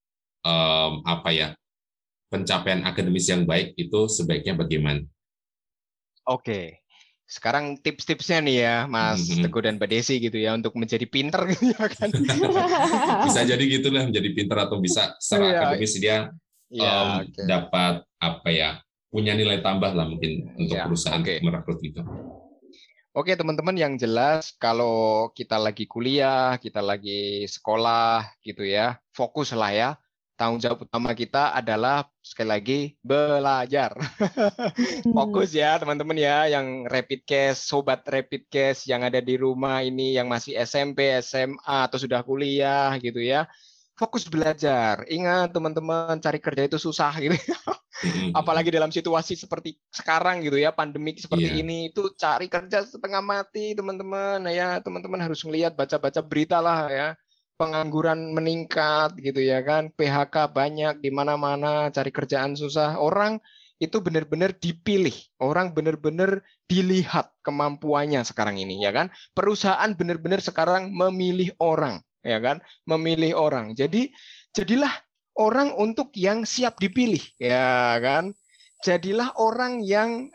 pencapaian akademis yang baik itu sebaiknya bagaimana? Oke, sekarang tips-tipsnya nih ya, Mas Teguh dan Mbak Desi gitu ya, untuk menjadi pinter gitu ya kan. Bisa jadi gitulah, menjadi pinter atau bisa secara akademis dia dapat punya nilai tambah lah mungkin untuk perusahaan merekrut itu. Oke teman-teman, yang jelas kalau kita lagi kuliah, kita lagi sekolah gitu ya, fokus lah ya. tanggung jawab utama kita adalah sekali lagi belajar. Fokus ya teman-teman ya, yang rapid case, sobat rapid case yang ada di rumah ini, yang masih SMP, SMA atau sudah kuliah gitu ya. Fokus belajar. Ingat teman-teman, cari kerja itu susah gitu. Apalagi dalam situasi seperti sekarang gitu ya, pandemik seperti ini, itu cari kerja setengah mati teman-teman. Nah, ya teman-teman harus melihat, baca-baca berita lah ya. Pengangguran meningkat gitu ya kan, PHK banyak di mana-mana, cari kerjaan susah. Orang itu benar-benar dipilih, orang benar-benar dilihat kemampuannya sekarang ini ya kan. Perusahaan benar-benar sekarang memilih orang ya kan, memilih orang. Jadi jadilah orang untuk yang siap dipilih ya kan. Jadilah orang yang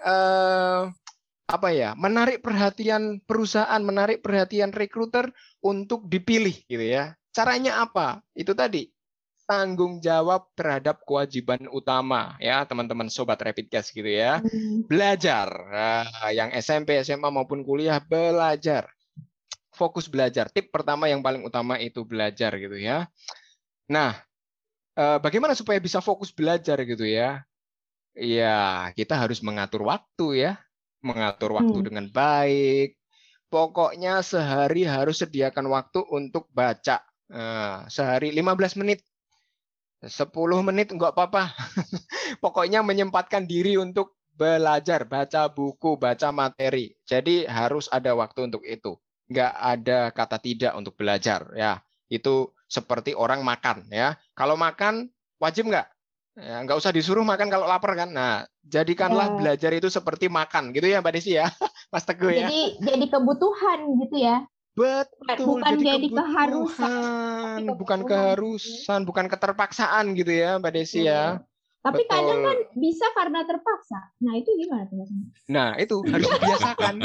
menarik perhatian perusahaan, menarik perhatian rekruter untuk dipilih gitu ya. Caranya apa? Itu tadi, tanggung jawab terhadap kewajiban utama ya teman-teman sobat rapid case gitu ya. Belajar, yang SMP, SMA maupun kuliah, belajar. Fokus belajar. Tip pertama yang paling utama itu belajar gitu ya. Nah, bagaimana supaya bisa fokus belajar gitu ya? Ya, kita harus mengatur waktu ya. Mengatur waktu dengan baik. Pokoknya sehari harus sediakan waktu untuk baca. Sehari 15 menit. 10 menit enggak apa-apa. Pokoknya menyempatkan diri untuk belajar, baca buku, baca materi. Jadi harus ada waktu untuk itu. Enggak ada kata tidak untuk belajar ya. Itu seperti orang makan ya. Kalau makan wajib enggak? Ya, nggak usah disuruh makan kalau lapar kan. Nah, jadikanlah belajar itu seperti makan gitu ya Mbak Desi ya, Mas Teguh ya. Jadi kebutuhan gitu ya. Betul, bukan jadi keharusan, bukan keharusan, bukan keterpaksaan gitu ya Mbak Desi ya. Tapi Betul. kadang kan bisa karena terpaksa. Nah, itu gimana tuh Mas? Nah, itu harus dibiasakan.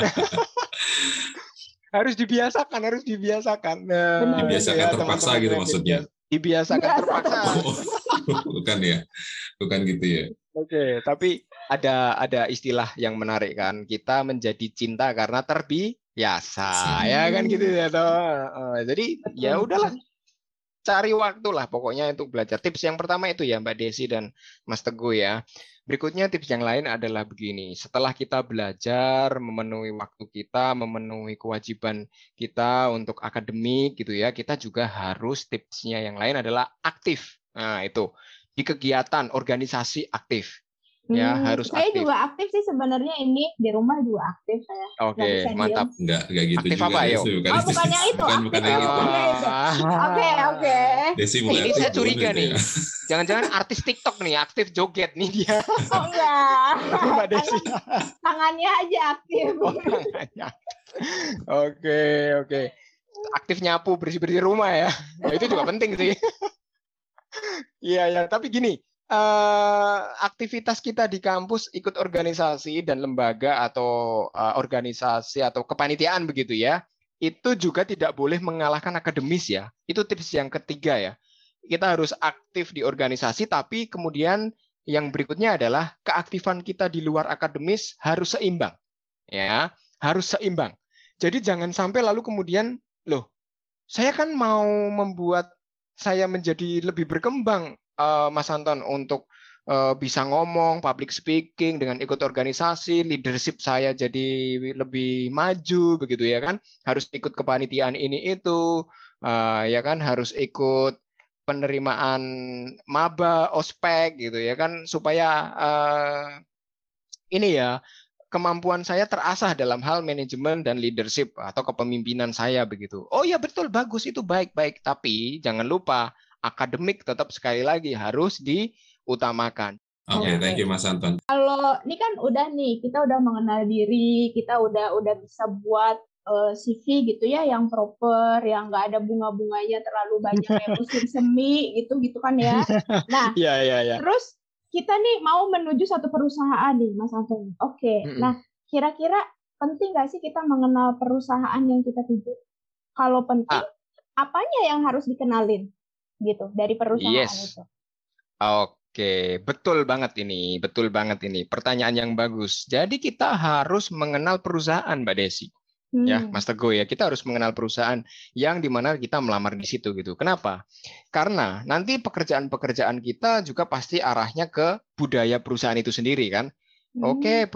harus dibiasakan. Nah, dibiasakan ya, terpaksa gitu maksudnya. Dibiasakan terpaksa. Bukan ya, bukan gitu ya. Oke, tapi ada istilah yang menarik kan, kita menjadi cinta karena terbiasa, ya kan gitu ya toh. Jadi ya udahlah, cari waktu lah pokoknya untuk belajar. Tips yang pertama itu ya Mbak Desi dan Mas Teguh ya. Berikutnya tips yang lain adalah begini, setelah kita belajar, memenuhi waktu kita, memenuhi kewajiban kita untuk akademik gitu ya, kita juga harus, tipsnya yang lain adalah aktif. Nah itu, di kegiatan organisasi aktif. Ya, harus saya aktif. juga aktif sih sebenarnya, ini di rumah juga aktif saya. Oke, mantap. Enggak gitu aktif juga. Apa, Desi, bukan yang itu. Bukan yang itu. Oke. Desi mulai ini saya curiga nih. Ya. Jangan-jangan artis TikTok nih, aktif joget nih dia. Oh enggak. Mbak Desi. Tangannya aja aktif. Oke. Aktif nyapu, bersih-bersih rumah ya. Nah, itu juga penting sih. Iya, tapi gini. Aktivitas kita di kampus, ikut organisasi dan lembaga atau organisasi atau kepanitiaan begitu ya, itu juga tidak boleh mengalahkan akademis ya. Itu tips yang ketiga ya. Kita harus aktif di organisasi, tapi kemudian yang berikutnya adalah keaktifan kita di luar akademis harus seimbang. Ya, harus seimbang. Jadi jangan sampai lalu kemudian, loh, saya kan mau membuat saya menjadi lebih berkembang, Mas Anton, untuk bisa ngomong, public speaking, dengan ikut organisasi, leadership saya jadi lebih maju, begitu ya kan? Harus ikut kepanitiaan ini itu, ya kan? Harus ikut penerimaan maba, ospek, gitu ya kan? Supaya ini ya, kemampuan saya terasah dalam hal manajemen dan leadership atau kepemimpinan saya begitu. Oh ya betul, bagus, itu baik-baik. Tapi jangan lupa, akademik tetap sekali lagi harus diutamakan. Oke, thank you Mas Anton. Kalau ini kan kita udah mengenal diri, kita udah bisa buat CV gitu ya, yang proper, yang nggak ada bunga-bunganya terlalu banyak kayak musim semi gitu kan ya. Nah, terus kita nih mau menuju satu perusahaan nih Mas Anton. Oke. Nah, kira-kira penting nggak sih kita mengenal perusahaan yang kita tuju? Kalau penting, apanya yang harus dikenalin? Gitu dari perusahaan itu. Oke, betul banget ini. Pertanyaan yang bagus. Jadi kita harus mengenal perusahaan, Mbak Desi. Ya, Mas Teguh ya, kita harus mengenal perusahaan yang dimana kita melamar di situ gitu. Kenapa? Karena nanti pekerjaan-pekerjaan kita juga pasti arahnya ke budaya perusahaan itu sendiri kan. Oke,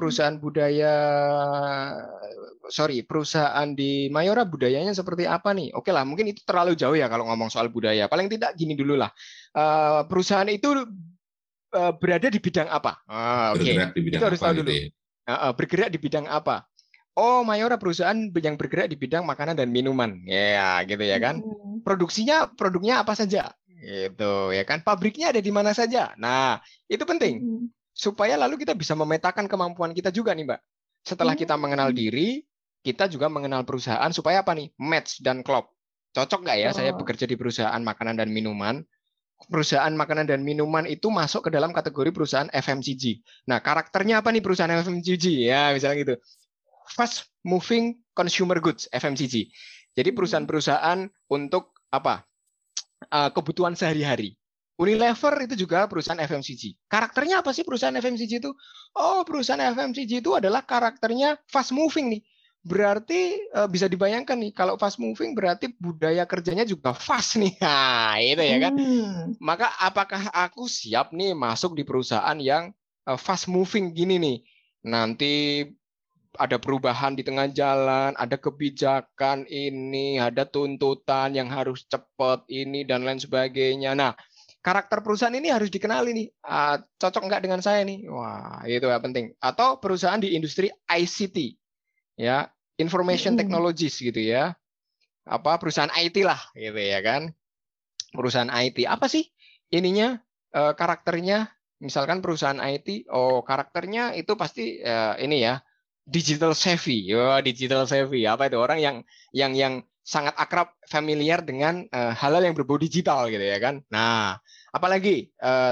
perusahaan di Mayora budayanya seperti apa nih? Oke lah, mungkin itu terlalu jauh ya kalau ngomong soal budaya. Paling tidak gini dulu lah. Perusahaan itu berada di bidang apa? Bergerak di Itu bidang harus apa tahu gitu dulu. ya. Bergerak di bidang apa? Oh, Mayora perusahaan yang bergerak di bidang makanan dan minuman. Ya, gitu ya kan. Produknya apa saja? Gitu ya kan. Pabriknya ada di mana saja. Nah, itu penting. Supaya lalu kita bisa memetakan kemampuan kita juga nih, Mbak. Setelah kita mengenal diri, kita juga mengenal perusahaan supaya apa nih? Match dan klop. Cocok nggak ya saya bekerja di perusahaan makanan dan minuman? Perusahaan makanan dan minuman itu masuk ke dalam kategori perusahaan FMCG. Nah, karakternya apa nih perusahaan FMCG? Ya, misalnya gitu. Fast moving consumer goods (FMCG). Jadi perusahaan-perusahaan untuk apa? Kebutuhan sehari-hari. Unilever itu juga perusahaan FMCG. Karakternya apa sih perusahaan FMCG itu? Oh, perusahaan FMCG itu adalah karakternya fast moving nih. Berarti bisa dibayangkan nih, kalau fast moving berarti budaya kerjanya juga fast nih. Nah, itu ya kan. Maka apakah aku siap nih masuk di perusahaan yang fast moving gini nih? Nanti ada perubahan di tengah jalan, ada kebijakan ini, ada tuntutan yang harus cepat ini dan lain sebagainya. Nah, karakter perusahaan ini harus dikenali nih. Cocok nggak dengan saya nih? Wah, itu ya penting. Atau perusahaan di industri ICT, ya, information technologies gitu ya. Apa perusahaan IT lah, gitu ya kan? Perusahaan IT apa sih ininya karakternya? Misalkan perusahaan IT, karakternya itu pasti ini ya. Digital savvy, digital savvy apa itu orang yang sangat akrab familiar dengan hal-hal yang berbau digital gitu ya kan. Nah, apalagi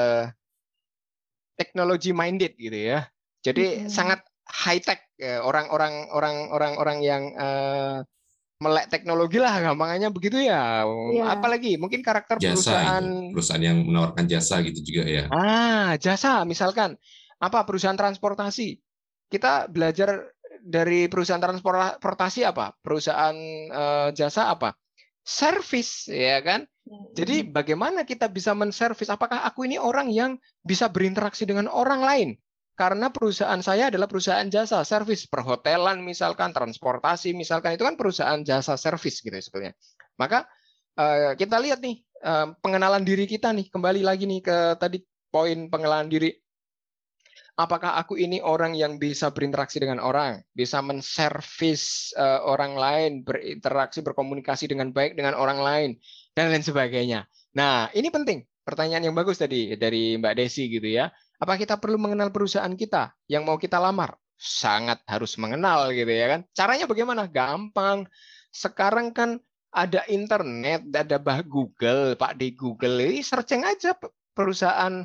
technology minded gitu ya. Jadi sangat high tech orang-orang yang melek teknologi lah gampangannya begitu ya. Apalagi mungkin karakter jasa perusahaan yang menawarkan jasa gitu juga ya. Jasa misalkan apa perusahaan transportasi. Kita belajar dari perusahaan transportasi apa? Perusahaan jasa apa? Service, ya kan? Jadi bagaimana kita bisa menservis? Apakah aku ini orang yang bisa berinteraksi dengan orang lain? Karena perusahaan saya adalah perusahaan jasa, service, perhotelan misalkan, transportasi misalkan, itu kan perusahaan jasa service gitu sebetulnya. Maka kita lihat nih pengenalan diri kita nih, kembali lagi nih ke tadi poin pengenalan diri. Apakah aku ini orang yang bisa berinteraksi dengan orang, bisa menservis orang lain, berinteraksi, berkomunikasi dengan baik dengan orang lain, dan lain sebagainya. Nah, ini penting. Pertanyaan yang bagus tadi dari Mbak Desi gitu ya. Apa kita perlu mengenal perusahaan kita yang mau kita lamar? Sangat harus mengenal gitu ya kan. Caranya bagaimana? Gampang. Sekarang kan ada internet, ada Google, Pak di Google, ini searching aja perusahaan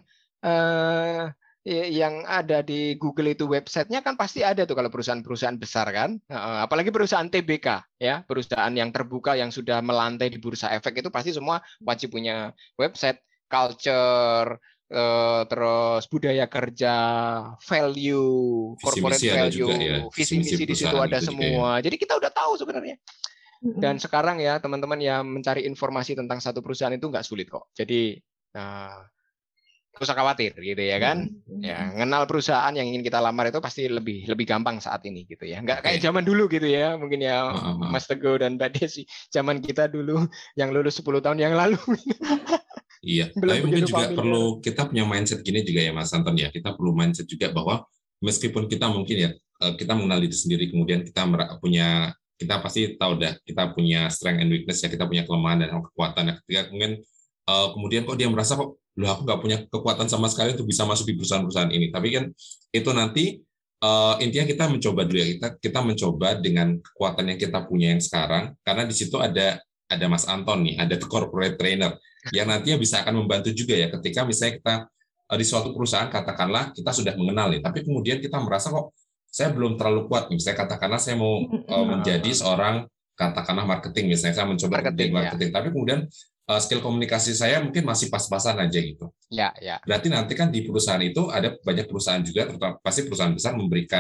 yang ada di Google itu websitenya kan pasti ada tuh kalau perusahaan-perusahaan besar kan, apalagi perusahaan TBK ya, perusahaan yang terbuka yang sudah melantai di bursa efek itu pasti semua wajib punya website, culture, terus budaya kerja, value, corporate value, visi misi di situ ada semua. Jadi kita udah tahu sebenarnya. Dan sekarang ya teman-teman yang mencari informasi tentang satu perusahaan itu nggak sulit kok. Jadi nggak usah khawatir gitu ya kan. Ya, kenal perusahaan yang ingin kita lamar itu pasti lebih gampang saat ini gitu ya. Nggak kayak zaman dulu gitu ya. Mungkin ya Mas Teguh dan Mbak Desi, zaman kita dulu yang lulus 10 tahun yang lalu. Iya, tapi mungkin juga perlu kita punya mindset gini juga ya Mas Anton ya. Kita perlu mindset juga bahwa meskipun kita mungkin ya kita mengenal diri sendiri, kemudian kita pasti tahu dah kita punya strength and weakness ya, kita punya kelemahan dan kekuatan. Ketika kemudian kok dia merasa kok loh aku nggak punya kekuatan sama sekali untuk bisa masuk di perusahaan-perusahaan ini. Tapi kan itu nanti intinya kita mencoba dulu ya, kita mencoba dengan kekuatan yang kita punya yang sekarang, karena di situ ada Mas Anton nih, ada corporate trainer yang nantinya bisa akan membantu juga ya ketika misalnya kita di suatu perusahaan katakanlah kita sudah mengenal nih, tapi kemudian kita merasa kok saya belum terlalu kuat nih, misalnya katakanlah saya mau menjadi seorang katakanlah marketing, misalnya saya mencoba marketing, tapi kemudian skill komunikasi saya mungkin masih pas-pasan aja gitu. Ya. Berarti nanti kan di perusahaan itu ada banyak perusahaan juga, terutama pasti perusahaan besar memberikan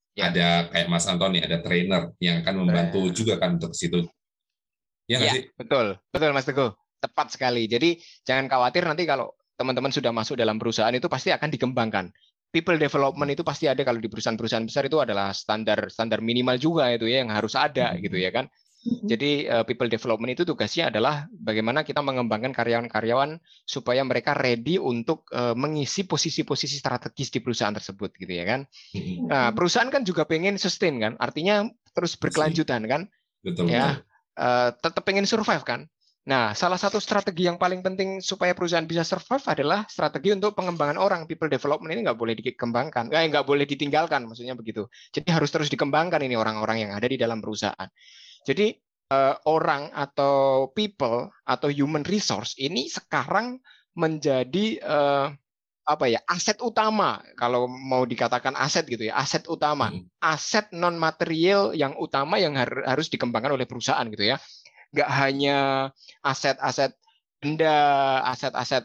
Ya. ada kayak Mas Antoni, ada trainer yang akan membantu juga kan untuk situ. Ya nggak sih? Betul, betul Mas Teguh. Tepat sekali. Jadi jangan khawatir nanti kalau teman-teman sudah masuk dalam perusahaan itu pasti akan dikembangkan. People development itu pasti ada kalau di perusahaan-perusahaan besar itu adalah standar minimal juga itu ya yang harus ada gitu ya kan. Jadi people development itu tugasnya adalah bagaimana kita mengembangkan karyawan-karyawan supaya mereka ready untuk mengisi posisi-posisi strategis di perusahaan tersebut gitu ya kan. Nah, perusahaan kan juga pengen sustain kan, artinya terus berkelanjutan kan. Betul. Ya, tetap pengen survive kan. Nah, salah satu strategi yang paling penting supaya perusahaan bisa survive adalah strategi untuk pengembangan orang. People development ini nggak boleh dikembangkan, nggak boleh ditinggalkan, maksudnya begitu. Jadi harus terus dikembangkan ini orang-orang yang ada di dalam perusahaan. Jadi orang atau people atau human resource ini sekarang menjadi aset utama, kalau mau dikatakan aset gitu ya, aset utama, aset non material yang utama yang harus dikembangkan oleh perusahaan gitu ya. Nggak hanya aset-aset benda, aset-aset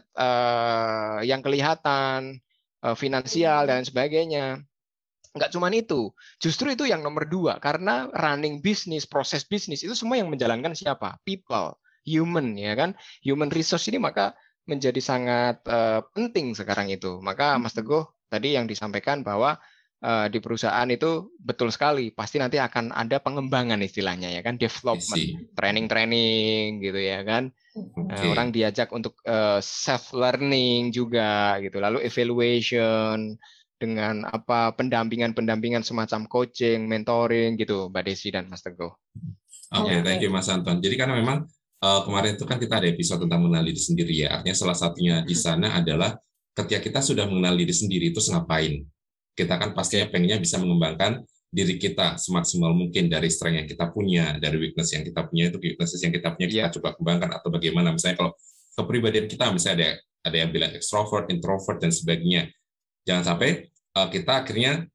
yang kelihatan, finansial dan sebagainya. Nggak cuma itu, justru itu yang nomor 2, karena running bisnis, proses bisnis itu semua yang menjalankan siapa? People, human ya kan, human resource ini maka menjadi sangat penting sekarang itu. Maka Mas Teguh tadi yang disampaikan bahwa di perusahaan itu betul sekali, pasti nanti akan ada pengembangan istilahnya ya kan, development, training gitu ya kan. Orang diajak untuk self learning juga gitu, lalu evaluation dengan pendampingan semacam coaching, mentoring gitu, Mbak Desi dan Mas Teguh. Oke, thank you Mas Anton. Jadi karena memang kemarin itu kan kita ada episode tentang mengenal diri sendiri ya. Artinya salah satunya di sana adalah ketika kita sudah mengenal diri sendiri itu ngapain. Kita kan pastinya pengennya bisa mengembangkan diri kita semaksimal mungkin dari strength yang kita punya, dari weakness yang kita punya, itu weaknesses yang kita punya kita coba kembangkan atau bagaimana. Misalnya kalau kepribadian kita misalnya ada yang bilang extrovert, introvert dan sebagainya. Jangan sampai kita akhirnya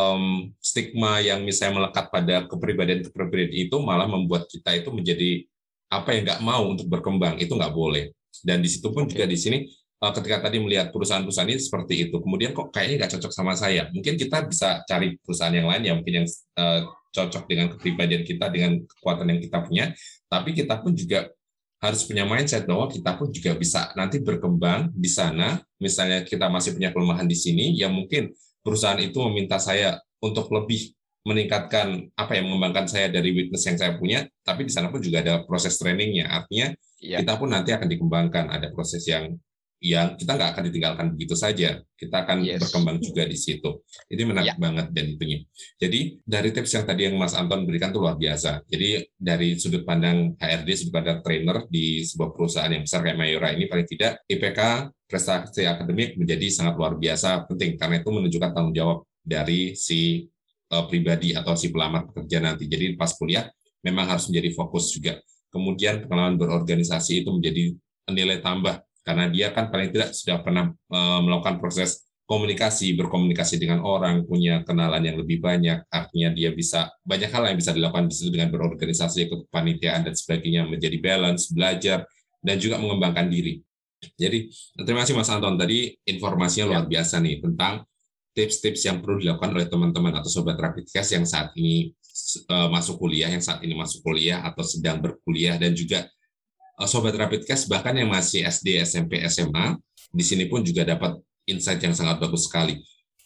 stigma yang misalnya melekat pada kepribadian itu malah membuat kita itu menjadi apa yang nggak mau untuk berkembang. Itu nggak boleh. Dan di situ pun juga di sini ketika tadi melihat perusahaan-perusahaan ini seperti itu, kemudian kok kayaknya nggak cocok sama saya. Mungkin kita bisa cari perusahaan yang lain yang mungkin yang cocok dengan kepribadian kita, dengan kekuatan yang kita punya. Tapi kita pun juga harus punya mindset bahwa kita pun juga bisa nanti berkembang di sana. Misalnya kita masih punya kelemahan di sini, ya mungkin perusahaan itu meminta saya untuk lebih meningkatkan mengembangkan saya dari weakness yang saya punya, tapi di sana pun juga ada proses trainingnya. Artinya kita pun nanti akan dikembangkan, ada proses yang kita nggak akan ditinggalkan begitu saja. Kita akan berkembang juga di situ. Ini menarik banget dan itunya. Jadi dari tips yang tadi yang Mas Anton berikan itu luar biasa. Jadi dari sudut pandang HRD, sudut pandang trainer di sebuah perusahaan yang besar kayak Mayora ini, paling tidak IPK, prestasi akademik menjadi sangat luar biasa penting karena itu menunjukkan tanggung jawab dari si pribadi atau si pelamar pekerja nanti. Jadi pas kuliah memang harus menjadi fokus juga. Kemudian pengalaman berorganisasi itu menjadi nilai tambah karena dia kan paling tidak sudah pernah melakukan proses komunikasi, berkomunikasi dengan orang, punya kenalan yang lebih banyak, artinya dia bisa, banyak hal yang bisa dilakukan di situ dengan berorganisasi, ikut kepanitiaan dan sebagainya, menjadi balance, belajar, dan juga mengembangkan diri. Jadi, terima kasih Mas Anton, tadi informasinya luar biasa nih, tentang tips-tips yang perlu dilakukan oleh teman-teman atau Sobat Rapidcast yang saat ini masuk kuliah, atau sedang berkuliah, dan juga Sobat Rapidcast bahkan yang masih SD, SMP, SMA, di sini pun juga dapat insight yang sangat bagus sekali.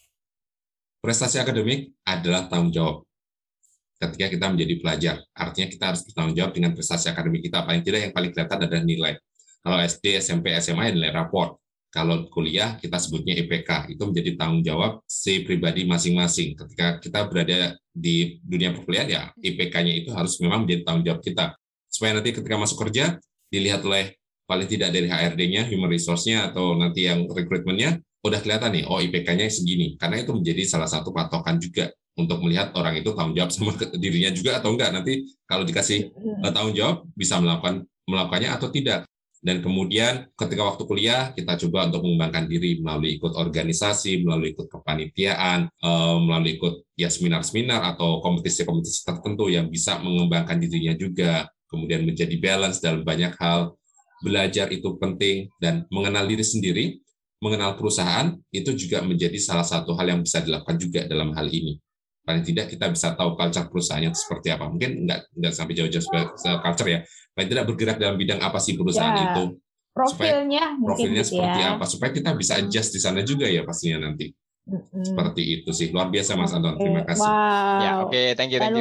Prestasi akademik adalah tanggung jawab. Ketika kita menjadi pelajar, artinya kita harus bertanggung jawab dengan prestasi akademik kita. Paling tidak yang paling kelihatan adalah nilai. Kalau SD, SMP, SMA, nilai raport. Kalau kuliah, kita sebutnya IPK. Itu menjadi tanggung jawab si pribadi masing-masing. Ketika kita berada di dunia perkuliahan, ya IPK-nya itu harus memang menjadi tanggung jawab kita. Supaya nanti ketika masuk kerja, dilihat oleh paling tidak dari HRD-nya, human resource-nya, atau nanti yang rekrutmennya, udah kelihatan nih, IPK-nya segini. Karena itu menjadi salah satu patokan juga untuk melihat orang itu tanggung jawab sama dirinya juga atau enggak. Nanti kalau dikasih tanggung jawab, bisa melakukannya atau tidak. Dan kemudian ketika waktu kuliah, kita coba untuk mengembangkan diri melalui ikut organisasi, melalui ikut kepanitiaan, melalui ikut seminar-seminar atau kompetisi-kompetisi tertentu yang bisa mengembangkan dirinya juga. Kemudian menjadi balance dalam banyak hal. Belajar itu penting, dan mengenal diri sendiri, mengenal perusahaan, itu juga menjadi salah satu hal yang bisa dilakukan juga dalam hal ini. paling tidak kita bisa tahu culture perusahaannya seperti apa. Mungkin nggak sampai jauh-jauh culture ya, paling tidak bergerak dalam bidang apa sih perusahaan Ya, itu, supaya profilnya mungkin profilnya gitu seperti ya. apa, supaya kita bisa adjust di sana juga ya pastinya nanti. Seperti itu sih, luar biasa Mas Anton, terima kasih. Ya, Wow. oke, thank you.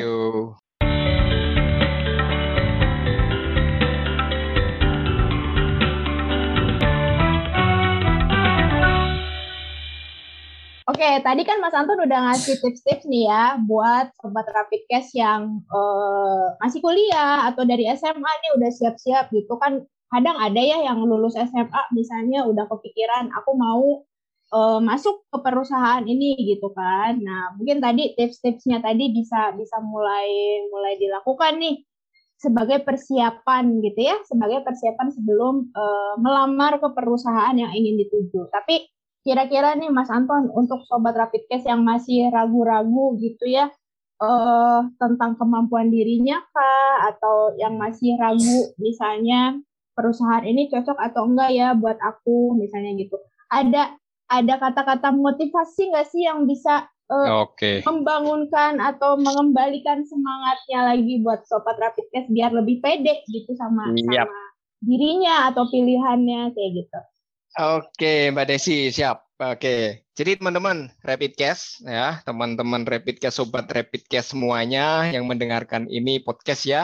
Oke, tadi kan Mas Anton udah ngasih tips-tips nih ya buat sobat Rapid Cash yang masih kuliah atau dari SMA nih udah siap-siap gitu kan. Kadang ada ya yang lulus SMA misalnya udah kepikiran aku mau masuk ke perusahaan ini gitu kan. Nah, mungkin tadi tips-tipsnya tadi bisa bisa mulai dilakukan nih sebagai persiapan gitu ya, sebagai persiapan sebelum melamar ke perusahaan yang ingin dituju. Tapi kira-kira nih Mas Anton, untuk sobat Rapid Cash yang masih ragu-ragu gitu ya, tentang kemampuan dirinya kah, atau yang masih ragu misalnya perusahaan ini cocok atau enggak ya buat aku, misalnya gitu. Ada kata-kata motivasi nggak sih yang bisa membangunkan atau mengembalikan semangatnya lagi buat sobat Rapid Cash biar lebih pede gitu sama dirinya atau pilihannya kayak gitu. Oke, Mbak Desi, siap. Oke, jadi teman-teman Rapid Cash ya, teman-teman Rapid Cash, sobat Rapid Cash semuanya yang mendengarkan ini podcast ya,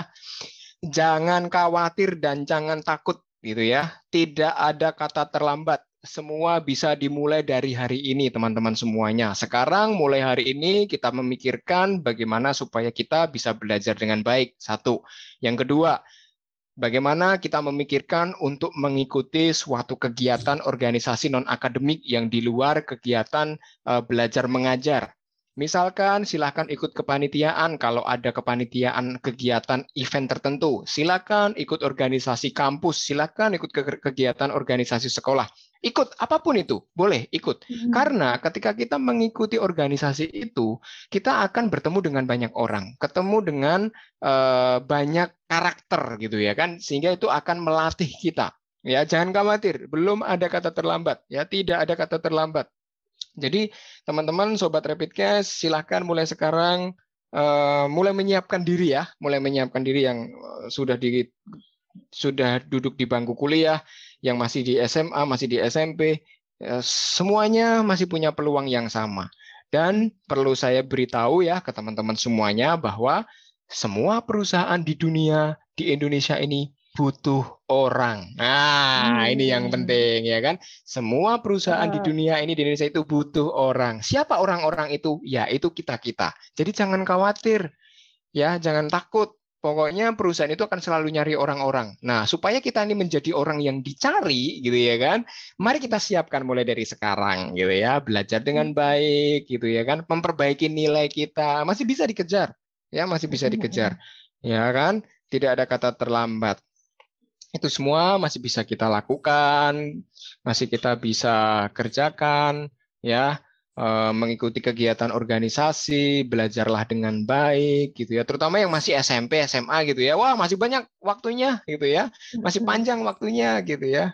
jangan khawatir dan jangan takut gitu ya. Tidak ada kata terlambat. Semua bisa dimulai dari hari ini, teman-teman semuanya. Sekarang mulai hari ini kita memikirkan bagaimana supaya kita bisa belajar dengan baik. Satu. Yang kedua, bagaimana kita memikirkan untuk mengikuti suatu kegiatan organisasi non-akademik yang di luar kegiatan belajar mengajar. Misalkan silakan ikut kepanitiaan kalau ada kepanitiaan kegiatan event tertentu. Silakan ikut organisasi kampus, silakan ikut kegiatan organisasi sekolah. Ikut apapun itu, boleh ikut. Karena ketika kita mengikuti organisasi itu, kita akan bertemu dengan banyak orang, ketemu dengan banyak karakter gitu ya kan, sehingga itu akan melatih kita. Ya, jangan khawatir, belum ada kata terlambat. Ya, tidak ada kata terlambat. Jadi teman-teman sobat Rapid Cash silahkan mulai sekarang mulai menyiapkan diri ya, mulai menyiapkan diri yang sudah duduk di bangku kuliah, yang masih di SMA, masih di SMP, semuanya masih punya peluang yang sama. Dan perlu saya beritahu ya ke teman-teman semuanya bahwa semua perusahaan di dunia di Indonesia ini butuh orang. Nah, ini yang penting ya kan. Semua perusahaan di dunia ini di Indonesia itu butuh orang. Siapa orang-orang itu? Ya, itu kita-kita. Jadi jangan khawatir. Ya, jangan takut. Pokoknya perusahaan itu akan selalu nyari orang-orang. Nah, supaya kita ini menjadi orang yang dicari gitu ya kan. Mari kita siapkan mulai dari sekarang gitu ya. Belajar dengan baik gitu ya kan. Memperbaiki nilai kita. Masih bisa dikejar. Ya, masih bisa dikejar. Ya kan? Tidak ada kata terlambat. Itu semua masih bisa kita lakukan, masih kita bisa kerjakan, ya, mengikuti kegiatan organisasi, belajarlah dengan baik, gitu ya. Terutama yang masih SMP, SMA, gitu ya. Wah, masih banyak waktunya, gitu ya. Masih panjang waktunya, gitu ya.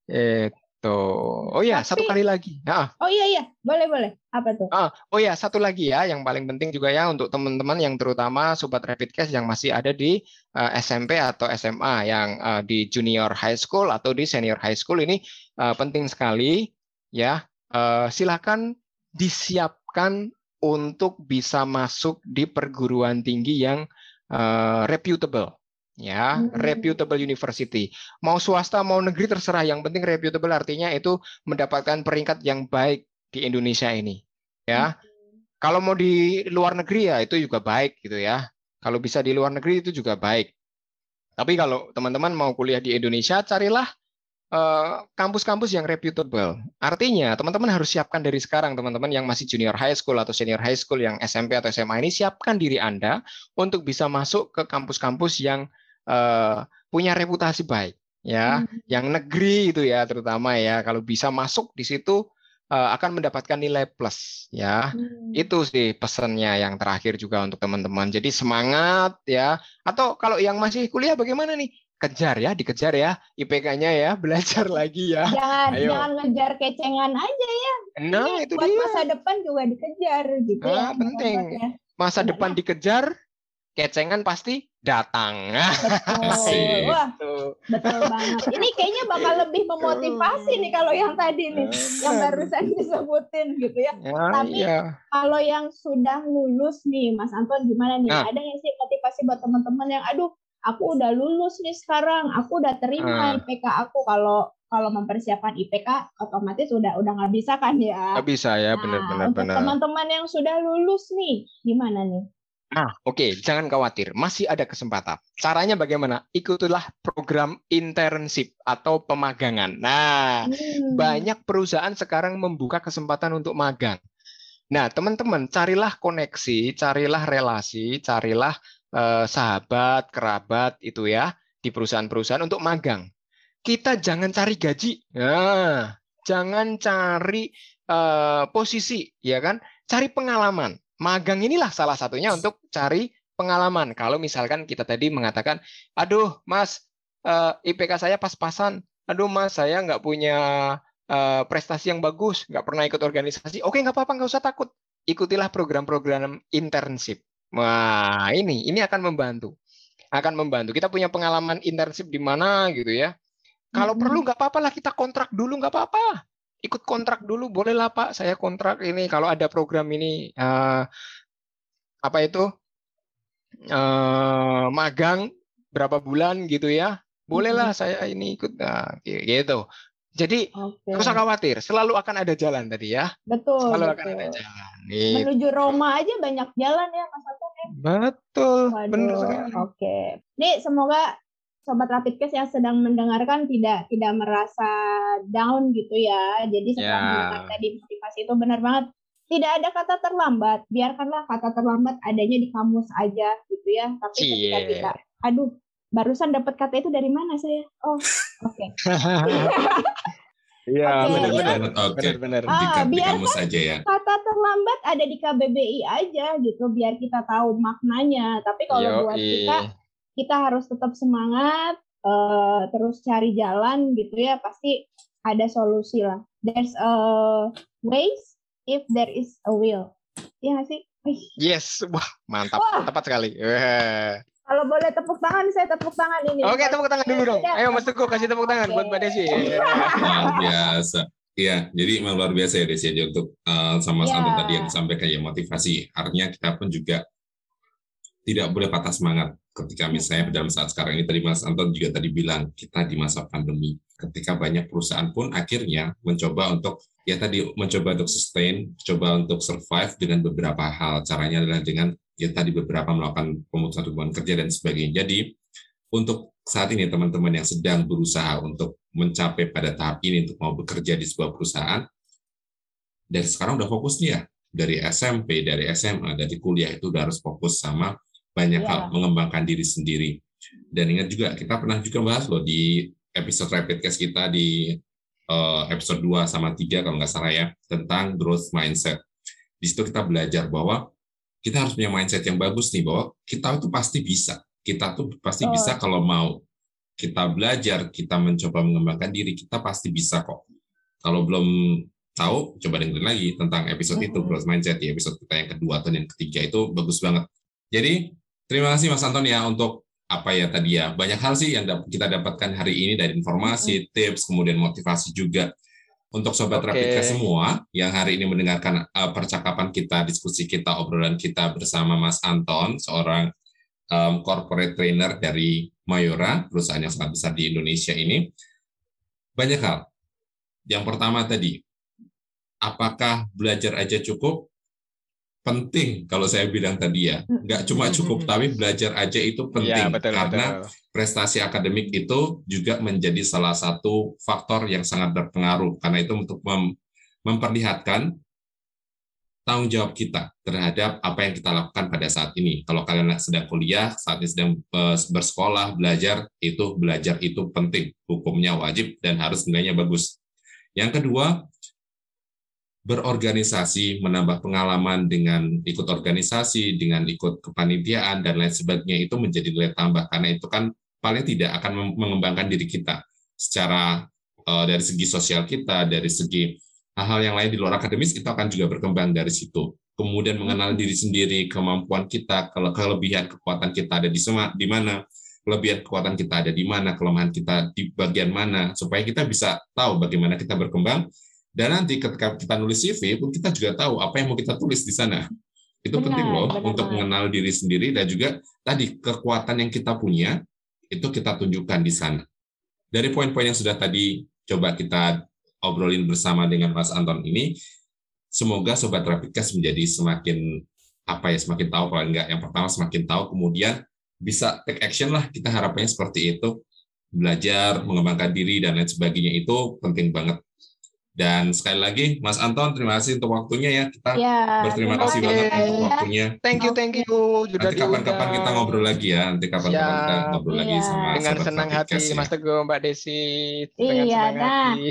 Oh ya, satu kali lagi. Oh iya, boleh. Apa tuh? Oh ya, satu lagi ya, yang paling penting juga ya untuk teman-teman yang terutama sobat Rapid Cash yang masih ada di SMP atau SMA, yang di junior high school atau di senior high school ini penting sekali ya. Silakan disiapkan untuk bisa masuk di perguruan tinggi yang reputable. Ya, reputable university. Mau swasta, mau negeri terserah. Yang penting reputable artinya itu mendapatkan peringkat yang baik di Indonesia ini. Ya, kalau mau di luar negeri ya itu juga baik gitu ya. Kalau bisa di luar negeri itu juga baik. Tapi kalau teman-teman mau kuliah di Indonesia, carilah kampus-kampus yang reputable. Artinya teman-teman harus siapkan dari sekarang, teman-teman yang masih junior high school atau senior high school yang SMP atau SMA ini, siapkan diri Anda untuk bisa masuk ke kampus-kampus yang punya reputasi baik, ya, yang negeri itu ya terutama ya. Kalau bisa masuk di situ akan mendapatkan nilai plus, ya. Itu sih pesannya yang terakhir juga untuk teman-teman. Jadi semangat ya. Atau kalau yang masih kuliah bagaimana nih? Dikejar ya IPK-nya ya, belajar lagi ya. Jangan ngejar kecengan aja ya. Nah, itu buat dia. Masa depan juga dikejar gitu ya. Penting. masa depan dikejar, kecengan pasti datang. Betul. Wah, betul banget. Ini kayaknya bakal lebih memotivasi nih kalau yang tadi nih, yang barusan disebutin gitu ya. Tapi kalau yang sudah lulus nih, Mas Anton gimana nih? Ada nggak sih motivasi buat teman-teman yang, aduh, aku udah lulus nih sekarang, aku udah terima IPK aku. Kalau mempersiapkan IPK, otomatis udah nggak bisa kan ya? Nggak bisa ya, benar-benar. Untuk teman-teman yang sudah lulus nih, gimana nih? Oke, jangan khawatir, masih ada kesempatan. Caranya bagaimana? Ikutilah program internship atau pemagangan. Nah, banyak perusahaan sekarang membuka kesempatan untuk magang. Nah, teman-teman, carilah koneksi, carilah relasi, carilah sahabat, kerabat itu ya di perusahaan-perusahaan untuk magang. Kita jangan cari gaji, jangan cari posisi, ya kan? Cari pengalaman. Magang inilah salah satunya untuk cari pengalaman. Kalau misalkan kita tadi mengatakan, aduh Mas, IPK saya pas-pasan, aduh Mas, saya nggak punya prestasi yang bagus, nggak pernah ikut organisasi. Oke, nggak apa-apa, nggak usah takut. Ikutilah program-program internship. Wah, ini akan membantu. Akan membantu. Kita punya pengalaman internship di mana gitu ya. Kalau perlu nggak apa-apa lah, kita kontrak dulu, nggak apa-apa. Ikut kontrak dulu, bolehlah Pak, saya kontrak ini kalau ada program ini magang berapa bulan gitu ya, bolehlah saya ini ikut gitu. Jadi nggak usah khawatir, selalu akan ada jalan tadi ya. Betul. Selalu akan ada jalan. Menuju Roma aja banyak jalan ya Mas Anton ya. Betul. Benar sekali. Oke. Nih semoga Sobat Rapidcast yang sedang mendengarkan tidak merasa down gitu ya. Jadi setelah mendengar tadi motivasi itu benar banget. Tidak ada kata terlambat. Biarkanlah kata terlambat adanya di kamus aja gitu ya. Tapi ketika kita, aduh, barusan dapat kata itu dari mana saya? Oh, oke. Iya, benar-benar. Di kamus aja ya. Kata terlambat ada di KBBI aja gitu. Biar kita tahu maknanya. Tapi kalau buat kita harus tetap semangat, terus cari jalan gitu ya, pasti ada solusi lah. There's a ways if there is a will. Iya nggak sih? Yes, wah mantap, tepat sekali. Kalau boleh tepuk tangan, saya tepuk tangan ini. Oke, tepuk tangan dulu dong. Ayo Mas Teguh, kasih tepuk tangan buat Mbak Desi. Luar biasa. Iya, jadi memang luar biasa ya Desi aja untuk sama-sama tadi yang disampaikan ya, motivasi. Artinya kita pun juga tidak boleh patah semangat ketika misalnya dalam saat sekarang ini. Tadi Mas Anton juga tadi bilang kita di masa pandemi, ketika banyak perusahaan pun akhirnya mencoba untuk sustain, coba untuk survive dengan beberapa hal. Caranya adalah dengan tadi beberapa melakukan pemutusan hubungan kerja dan sebagainya. Jadi untuk saat ini teman-teman yang sedang berusaha untuk mencapai pada tahap ini untuk mau bekerja di sebuah perusahaan, dari sekarang udah fokus nih ya, dari SMP, dari SMA, dari kuliah itu udah harus fokus sama banyak hal, mengembangkan diri sendiri. Dan ingat juga, kita pernah juga bahas loh di episode Rapidcast kita di episode 2 sama 3 kalau nggak salah ya, tentang growth mindset. Di situ kita belajar bahwa kita harus punya mindset yang bagus nih, bahwa kita itu pasti bisa. Kita tuh pasti bisa kalau mau. Kita belajar, kita mencoba mengembangkan diri, kita pasti bisa kok. Kalau belum tahu, coba dengerin lagi tentang episode itu, growth mindset, di episode kita yang kedua atau yang ketiga, itu bagus banget. Jadi, terima kasih Mas Anton ya untuk tadi ya, banyak hal sih yang kita dapatkan hari ini dari informasi, tips, kemudian motivasi juga. Untuk Sobat Rapidcast semua yang hari ini mendengarkan percakapan kita, diskusi kita, obrolan kita bersama Mas Anton, seorang corporate trainer dari Mayora, perusahaan yang sangat besar di Indonesia ini. Banyak hal. Yang pertama tadi, apakah belajar aja cukup? Penting kalau saya bilang tadi ya, nggak cuma cukup, tapi belajar aja itu penting, karena prestasi akademik itu juga menjadi salah satu faktor yang sangat berpengaruh, karena itu untuk memperlihatkan tanggung jawab kita terhadap apa yang kita lakukan pada saat ini. Kalau kalian sedang kuliah, saat ini sedang bersekolah, belajar itu penting, hukumnya wajib dan harus nilainya bagus. Yang kedua, berorganisasi, menambah pengalaman dengan ikut organisasi, dengan ikut kepanitiaan, dan lain sebagainya, itu menjadi nilai tambah, karena itu kan paling tidak akan mengembangkan diri kita secara dari segi sosial kita, dari segi hal-hal yang lain di luar akademis, itu akan juga berkembang dari situ. kemudian mengenal diri sendiri, kemampuan kita, kelebihan kekuatan kita ada di mana, kelebihan kekuatan kita ada di mana, kelemahan kita di bagian mana, supaya kita bisa tahu bagaimana kita berkembang. Dan nanti ketika kita nulis CV pun kita juga tahu apa yang mau kita tulis di sana. Itu penting loh untuk mengenal diri sendiri, dan juga tadi kekuatan yang kita punya itu kita tunjukkan di sana. Dari poin-poin yang sudah tadi coba kita obrolin bersama dengan Mas Anton ini, semoga Sobat Rapidcast menjadi semakin semakin tahu, paling enggak yang pertama semakin tahu, kemudian bisa take action lah, kita harapannya seperti itu. Belajar, mengembangkan diri dan lain sebagainya itu penting banget. Dan sekali lagi, Mas Anton, terima kasih untuk waktunya ya. Kita berterima kasih banget untuk waktunya. Thank you. Nanti kapan-kapan kita ngobrol lagi ya. Nanti kapan-kapan kita ngobrol lagi sama dengan senang hati, ya. Mas Teguh, Mbak Desi. Dengan senang hati.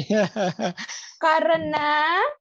Karena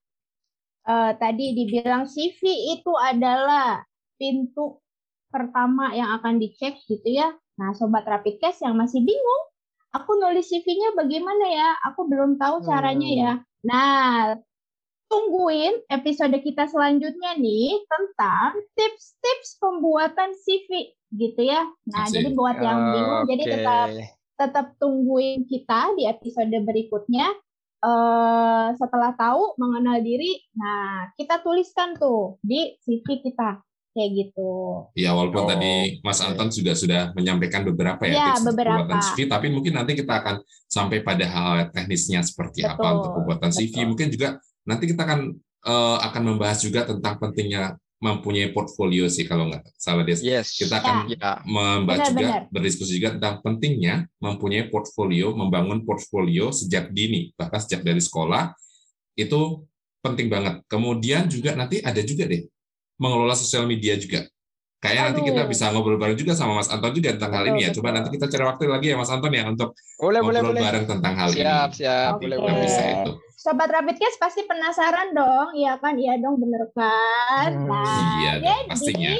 tadi dibilang CV itu adalah pintu pertama yang akan dicek gitu ya. Nah, Sobat Rapidcast yang masih bingung, aku nulis CV-nya bagaimana ya? Aku belum tahu caranya ya. Nah, tungguin episode kita selanjutnya nih tentang tips-tips pembuatan CV gitu ya. Nah, jadi buat yang bingung, jadi tetap tungguin kita di episode berikutnya. Setelah tahu mengenal diri, nah kita tuliskan tuh di CV kita kayak gitu. Ya, walaupun tadi Mas Anton sudah menyampaikan beberapa tips pembuatan CV, tapi mungkin nanti kita akan sampai pada hal teknisnya seperti apa untuk pembuatan CV. Mungkin juga nanti kita akan membahas juga tentang pentingnya mempunyai portfolio sih, kalau nggak salah Des. Kita akan membahas juga, berdiskusi juga tentang pentingnya mempunyai portfolio, membangun portfolio sejak dini, bahkan sejak dari sekolah, itu penting banget. Kemudian juga nanti ada juga deh, mengelola sosial media juga. Kayaknya nanti kita bisa ngobrol bareng juga sama Mas Anton juga tentang hal ini ya. Coba nanti kita cari waktu lagi ya Mas Anton ya untuk ngobrol bareng tentang hal ini. Siap. Boleh. Bisa itu. Sobat Rapidcast pasti penasaran dong, iya kan? Iya dong, bener kan? Nah, iya dong, pastinya.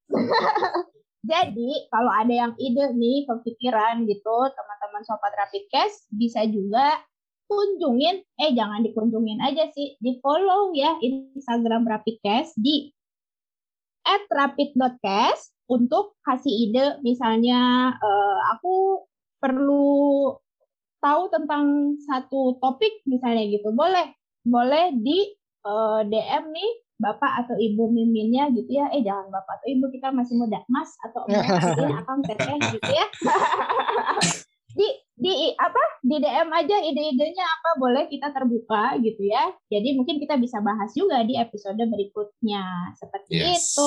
Jadi kalau ada yang ide nih, kepikiran gitu, teman-teman Sobat Rapidcast bisa juga kunjungin, jangan dikunjungin aja sih, di follow ya Instagram Rapidcast di @rapid.cast untuk kasih ide, misalnya aku perlu tahu tentang satu topik misalnya gitu, boleh di DM nih Bapak atau Ibu Miminnya gitu ya, jangan Bapak atau Ibu, kita masih muda, Mas atau Mbak gitu ya, Akang Teteh gitu ya. di DM aja ide-idenya apa, boleh, kita terbuka gitu ya. Jadi mungkin kita bisa bahas juga di episode berikutnya seperti itu.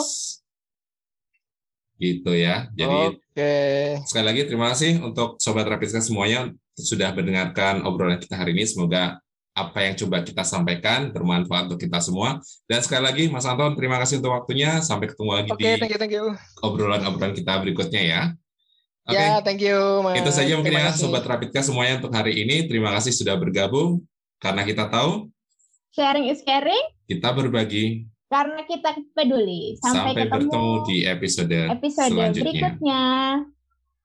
Gitu ya. Jadi sekali lagi terima kasih untuk Sobat Rapidcast semuanya sudah mendengarkan obrolan kita hari ini. Semoga apa yang coba kita sampaikan bermanfaat untuk kita semua. Dan sekali lagi Mas Anton, terima kasih untuk waktunya. Sampai ketemu lagi di obrolan-obrolan kita berikutnya ya. Thank you, Mas. Itu saja mungkin ya Sobat Rapidcast semuanya untuk hari ini. Terima kasih sudah bergabung, karena kita tahu sharing is caring. Kita berbagi karena kita peduli. Sampai ketemu bertemu di episode selanjutnya. Berikutnya.